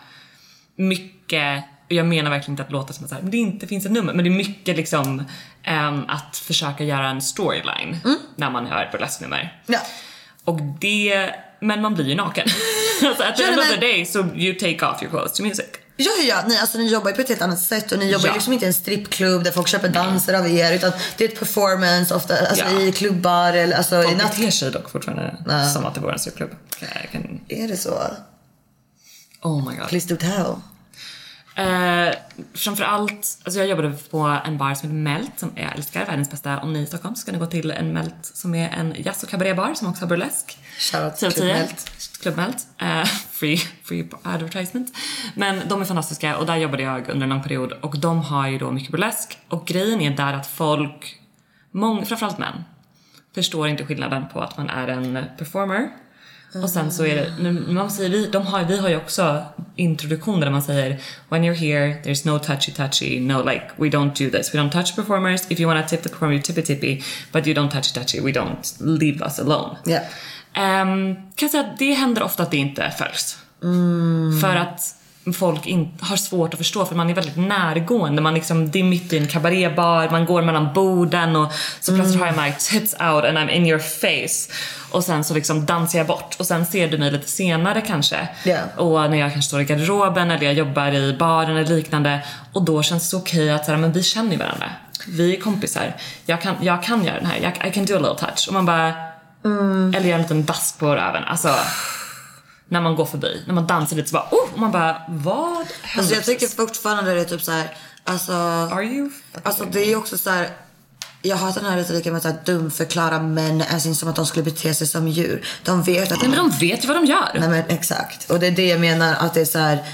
mycket. Och jag menar verkligen inte att låta som att så här, det inte finns ett nummer. Men det är mycket liksom um, att försöka göra en storyline mm. när man hör burlesknummer. Ja. Och det, men man blir ju naken. Så at the end of the day so you take off your clothes to music. Ja, ja, ni, alltså, ni jobbar ju på ett helt annat sätt. Och ni jobbar ju ja. liksom inte i en strippklubb där folk köper danser av er. Utan det är ett performance ofta, alltså, ja. i klubbar eller, alltså, folk i natt. beter sig dock fortfarande ja. som att det var en strippklubb. Kan... Är det så? Oh my god. Please do tell. Uh, framförallt, alltså jag jobbade på en bar som heter Melt, som jag älskar, världens bästa. Om ni är i Stockholm så ska ni gå till en Melt som är en jazz- och cabaretbar som också har burlesk. Shoutout till Club Melt. Club Melt. Uh, free, free advertisement. Men de är fantastiska och där jobbade jag under en lång period. Och de har ju då mycket burlesk. Och grejen är där att folk, många, framförallt män, förstår inte skillnaden på att man är en performer. Och sen så är det, nu, man säger, vi, de har, vi har ju också introduktioner där man säger when you're here, there's no touchy touchy, no like, we don't do this, we don't touch performers, if you want to tip the performer you tippy tippy, but you don't touchy touchy, we don't leave us alone. Yeah. Um, kan jag säga att det händer ofta att det inte följs. Mm. För att folk in, har svårt att förstå, för man är väldigt närgående, man liksom, det är mitt i en kabarébar, man går mellan borden och så plötsligt mm. har jag my tits out and I'm in your face och sen så liksom dansar jag bort och sen ser du mig lite senare kanske yeah. och när jag kanske står i garderoben eller jag jobbar i baren eller liknande och då känns det så okej att så här, men vi känner varandra, vi är kompisar, jag kan, jag kan göra den här, jag, I can do a little touch och man bara mm. eller göra en liten dask på röven, alltså när man går förbi, när man dansar lite så bara, oh, och man bara, vad alltså jag tycker fortfarande det är typ så här, alltså, are you alltså det är också så här, jag har den här retoriken med att dumförklara män alltså som att de skulle bete sig som djur. De vet att de, men de vet ju vad de gör. Nej men exakt, och det är det jag menar, att det är så här,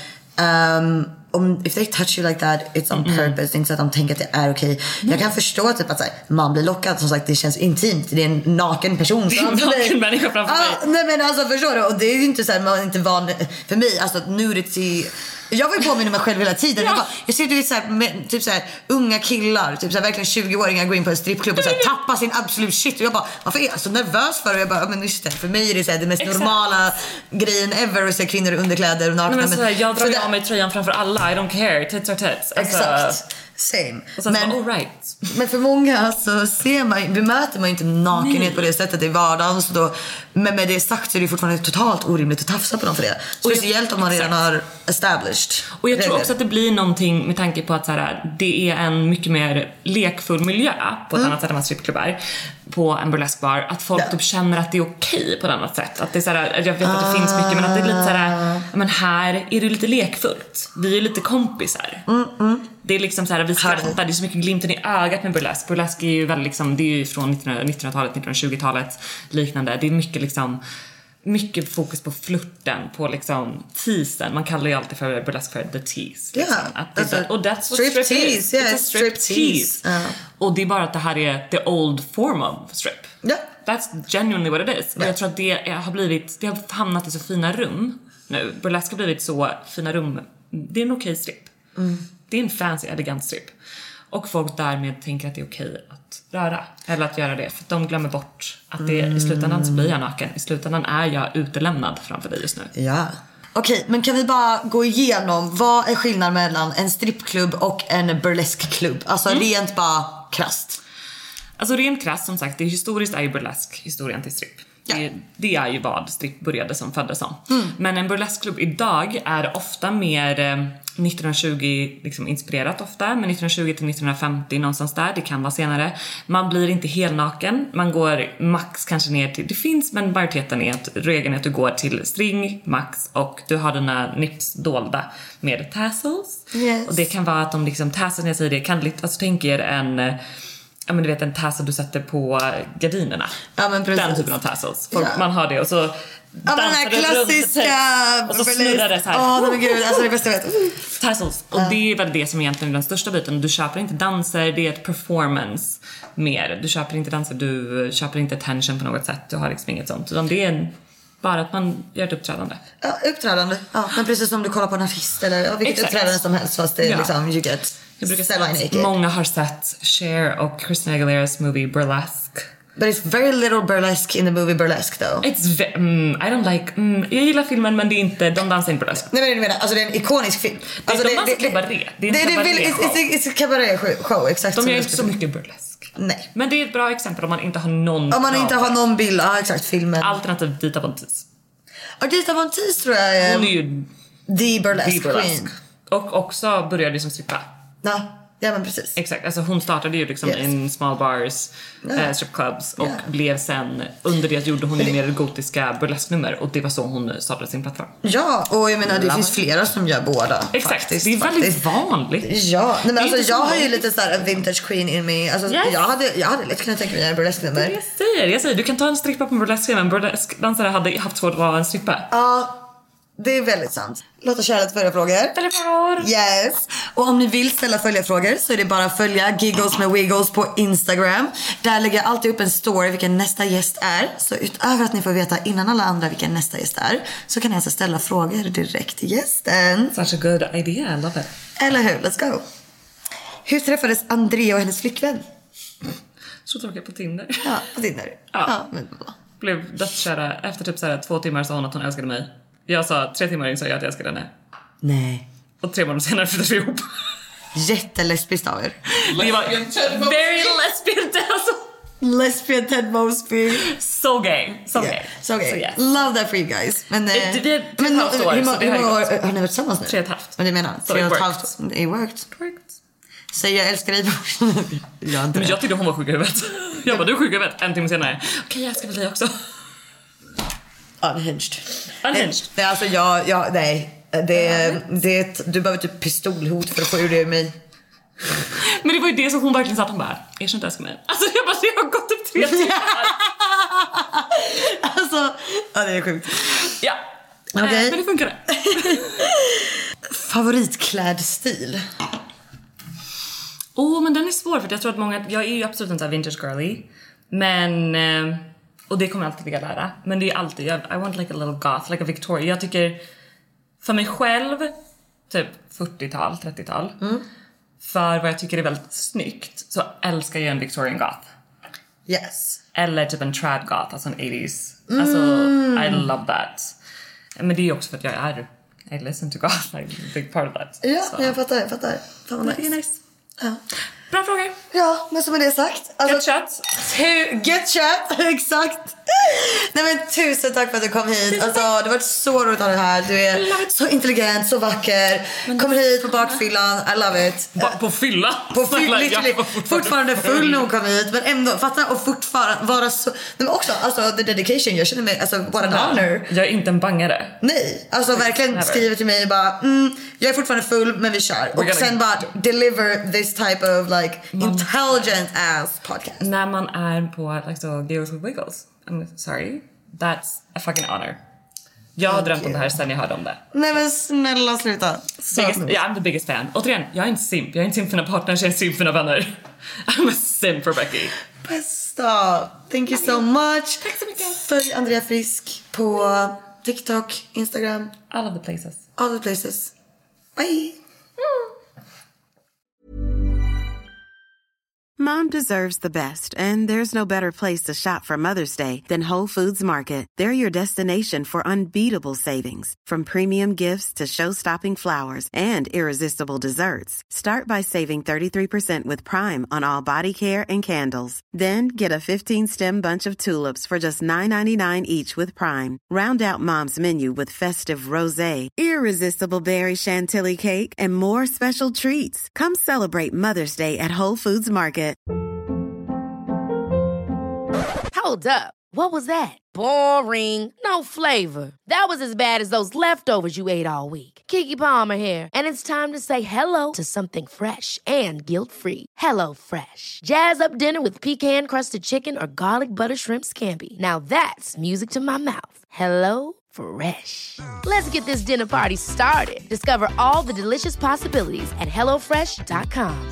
um, om, if they touch you like that, it's on mm. purpose. Det är inte så att de tänker att det är okej. Okay. Jag kan förstå typ att så här, man blir lockad, som sagt, det känns intimt. Det är en naken person framför dig. Naken människa framför dig. Ah, nej men alltså förstår du, och det är ju inte så här, man är inte van för mig, alltså nudity. Jag var ju påminna mig själv hela tiden. Ja. Jag, bara, jag ser du vet så här, med, typ så här unga killar, typ så här verkligen tjugo-åringar går in på en strippklubb och så här, tappar sin absolut shit och jag bara, varför är jag så nervös för? Och jag bara, men just det, för mig är det så här, det mest Exakt. normala grejen ever att se kvinnor i underkläder och nakna. Nej, men så här, jag drar ju av mig tröjan framför alla, I don't care, tits are tits. Alltså, exakt. Same. Men, all right. men för många så ser man, bemöter man inte nakenhet Nej. på det sättet i vardagen, så då, men med det sagt så är det fortfarande totalt orimligt att tafsa på dem för det. Speciellt om man redan har established. Och jag tror regler. också att det blir någonting med tanke på att så här, det är en mycket mer lekfull miljö på ett mm. annat sätt än vad strippklubbar på en burleskbar, att folk ja. typ känner att det är okej på ett annat sätt, att det är så här, jag vet att det ah. finns mycket, men att det är lite så här, men här är det lite lekfullt, vi är lite kompisar. Mm, mm. Det är liksom så här, vi skrattar, det är så mycket glimten i ögat med burlesk. Burlesk är ju väldigt liksom, det är ju från nittonhundratalet, nittonhundratjugotalet liknande. Det är mycket liksom, mycket fokus på flirten, på liksom teasen. Man kallar ju alltid för burlesk för the tease. Liksom. Yeah, att det, och that's what strip, strip tease. Yeah, it's a strip, strip tease. tease. Uh. Och det är bara att det här är the old form of strip. Yeah. That's genuinely what it is. Yeah. Och jag tror att det har blivit, det har hamnat i så fina rum nu. Burlesk har blivit så fina rum. Det är en okej strip. Mm. Det är en fancy, elegant strip. Och folk därmed tänker att det är okej att röra. Eller att göra det. För de glömmer bort att det, mm. i slutändan så blir jag naken. I slutändan är jag utelämnad framför dig just nu. Ja. Okej, men kan vi bara gå igenom, vad är skillnaden mellan en strippklubb och en burleskklubb? Alltså mm. rent bara krasst. Alltså rent krasst, som sagt, det är historiskt är ju burlesk historien till stripp. Ja. Det, det är ju vad stripp började som, föddes som. Mm. Men en burleskklubb idag är ofta mer eh, nittonhundratjugo liksom inspirerat ofta, men nittonhundratjugo till nittonhundrafemtio någonstans där, det kan vara senare. Man blir inte helt naken, man går max kanske ner till, det finns, men majoriteten är att regeln är att du går till string max och du har dina nips dolda med tassels. Yes. Och det kan vara att de liksom tassels, när jag säger det, kan lite, alltså tänk er en, ja men du vet en tassel du sätter på gardinerna. Ja men precis. Den typen av tassels. Folk, ja. Man har det och så ja, den här klassiska och så snurrar det så här. Åh, oh, men gud, alltså det bästa jag vet. Tassels. Och det är väl det som egentligen är den största biten. Du köper inte danser, det är ett performance mer. Du köper inte danser, du köper inte attention på något sätt. Du har liksom inget sånt. Utan det är en, bara att man gör ett uppträdande. Ja, uppträdande. Ja, men precis som du kollar på en artist eller ja, vilket Exakt. uppträdande som helst, fast det är ja. liksom you get. Jag brukar säga att många har sett Cher och Christina Aguilera's movie Burlesque. But it's very little burlesque in the movie Burlesque though. It's ve- mm, I don't like mm, jag gillar filmen, men det är inte, de dansar inte burlesque. Nej men du menar, alltså det är en ikonisk film. Alltså det, de dansar cabaret. Det är en cabaret-show. It's a cabaret-show, exakt. De gör inte så mycket burlesque. Nej. Men det är ett bra exempel om man inte har någon. Om man inte har någon bild, ja exakt, filmen. Alternativt Dita Von Teese. Och Dita Von Teese tror jag är hon är ju the burlesque, the burlesque queen. Och också började som strippa. Ja. Ja men precis. Exakt, alltså hon startade ju liksom yes. in small bars, yeah. äh, stripclubs och yeah. blev sen, under det gjorde hon ju mer gotiska burlesknummer och det var så hon startade sin plattform. Ja, och jag menar det Love. finns flera som gör båda. Exakt, faktiskt, det är väldigt faktiskt. vanligt. Ja, nej, men alltså jag har ju vanligt. lite såhär vintage queen in mig. Alltså yes. jag hade jag hade lätt kunnat tänka mig en burlesknummer. Det jag säger, jag säger, du kan ta en strippa på en burlesk, men burleskdansare hade haft svårt att vara en strippa. Ja. Det är väldigt sant. Låt oss köra lite följarfrågor. Följarfrågor. Yes. Och om ni vill ställa följarfrågor så är det bara att följa Giggles med Wiggles på Instagram. Där lägger jag alltid upp en story vilken nästa gäst är. Så utöver att ni får veta innan alla andra vilken nästa gäst är, så kan ni alltså ställa frågor direkt till gästen. Such a good idea, I love it. Eller hur? Let's go. Hur träffades Andrea och hennes flickvän? Så tråkigt på Tinder. Ja, på Tinder. Ja. Ja, men Blev dödskära. Efter typ så här, två timmar sa hon att hon älskade mig. Jag sa tre timmar in sa jag att jag älskade henne. nej. Och tre månader senare flyttade vi ihop. Jättelesbiskt av er. Det var very lesbian. Alltså. Lesbian Ted Mosby. So gay. So Yeah. gay. So gay. So yes. Love that for you guys. Men, eh, Det- det är tre men och ett halvt år, hur, så må- det hur har många år gått. har ni varit tillsammans nu? Tre och ett halvt. Men det menar So tre it och ett worked. halvt. It worked. Worked. Säg jag älskar dig. Jag inte Men det. jag tyckte hon var sjuk i huvudet. Jag bara, du är sjuk i huvudet. En timme senare. Okej, okay, jag älskar väl dig också. Unhinged. Unhinged. Det, det är alltså jag, jag nej. Det, det, du behöver typ pistolhot för att få ur det ur mig. Men det var ju det som hon verkligen sa att hon bara, erkänn inte älskar mig. Alltså jag bara, det har gått upp tre timmar. Alltså, ja det är sjukt. Ja. Okej. Okay. Men det funkade. Favoritklädstil? Åh, oh, men den är svår för jag tror att många, jag är ju absolut inte så här vintage girly. Men, eh, och det kommer jag alltid vilja lära. Men det är alltid, jag, I want like a little goth, like a Victoria. Jag tycker, för mig själv, typ fyrtiotal, trettiotal. Mm. För vad jag tycker är väldigt snyggt, så älskar jag en Victorian goth. Yes. Eller typ en trad goth, alltså en eighties. Mm. Alltså, I love that. Men det är också för att jag är, I listen to goth, like a big part of that. Ja, så. jag fattar, jag fattar. Fan vad Det är nice. nice. Ja. Bra frågor. Ja, men som med det sagt. Alltså, Get shot. Tu- get shot, exakt. Nej men tusen tack för att du kom hit. Alltså det har varit så roligt att ha dig här. Du är så intelligent, så vacker. Kommer hit på bakfyllan, I love it. Ba- på fylla? På fyll, Jag literally, var fortfarande full när hon kom hit. Men ändå, fatta och fortfarande vara så. Men också, alltså the dedication, jag känner mig, alltså what an honor. Jag är inte en bangare. Nej, alltså verkligen Never. skriver till mig och bara mm, jag är fortfarande full men vi kör. Och gonna- sen bara deliver this type of like intelligent ass podcast. När man är på like så Giggles with Wiggles. I'm sorry. That's a fucking honor. Jag har drömt om det här sen jag hörde om det. Nej men snälla sluta. Så Biggest, snälla. yeah, I'm the biggest fan. Återigen, jag är inte simp. Jag är inte simp för mina partners, jag är simp för mina vänner. I'm a simp for Becky. Bästa. Thank you so much. Tack så mycket. Följ Andrea Frisk på TikTok, Instagram, All of the places. all the places. Bye. Mom deserves the best, and there's no better place to shop for Mother's Day than Whole Foods Market. They're your destination for unbeatable savings, from premium gifts to show-stopping flowers and irresistible desserts. Start by saving thirty-three percent with Prime on all body care and candles. Then get a fifteen-stem bunch of tulips for just nine ninety-nine each with Prime. Round out Mom's menu with festive rosé, irresistible berry chantilly cake, and more special treats. Come celebrate Mother's Day at Whole Foods Market. Hold up. What was that? Boring. No flavor. That was as bad as those leftovers you ate all week. Keke Palmer here, and it's time to say hello to something fresh and guilt-free. Hello Fresh. Jazz up dinner with pecan-crusted chicken or garlic butter shrimp scampi. Now that's music to my mouth. Hello Fresh. Let's get this dinner party started. Discover all the delicious possibilities at hello fresh dot com.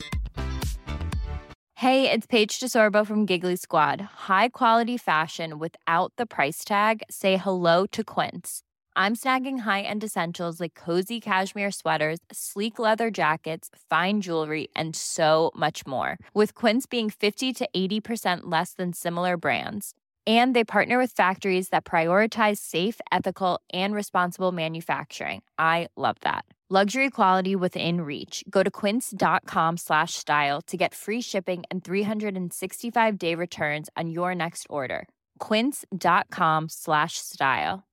Hey, it's Paige DeSorbo from Giggly Squad. High quality fashion without the price tag. Say hello to Quince. I'm snagging high-end essentials like cozy cashmere sweaters, sleek leather jackets, fine jewelry, and so much more. With Quince being fifty to eighty percent less than similar brands. And they partner with factories that prioritize safe, ethical, and responsible manufacturing. I love that. Luxury quality within reach. Go to quince.com slash style to get free shipping and three sixty-five day returns on your next order. Quince.com slash style.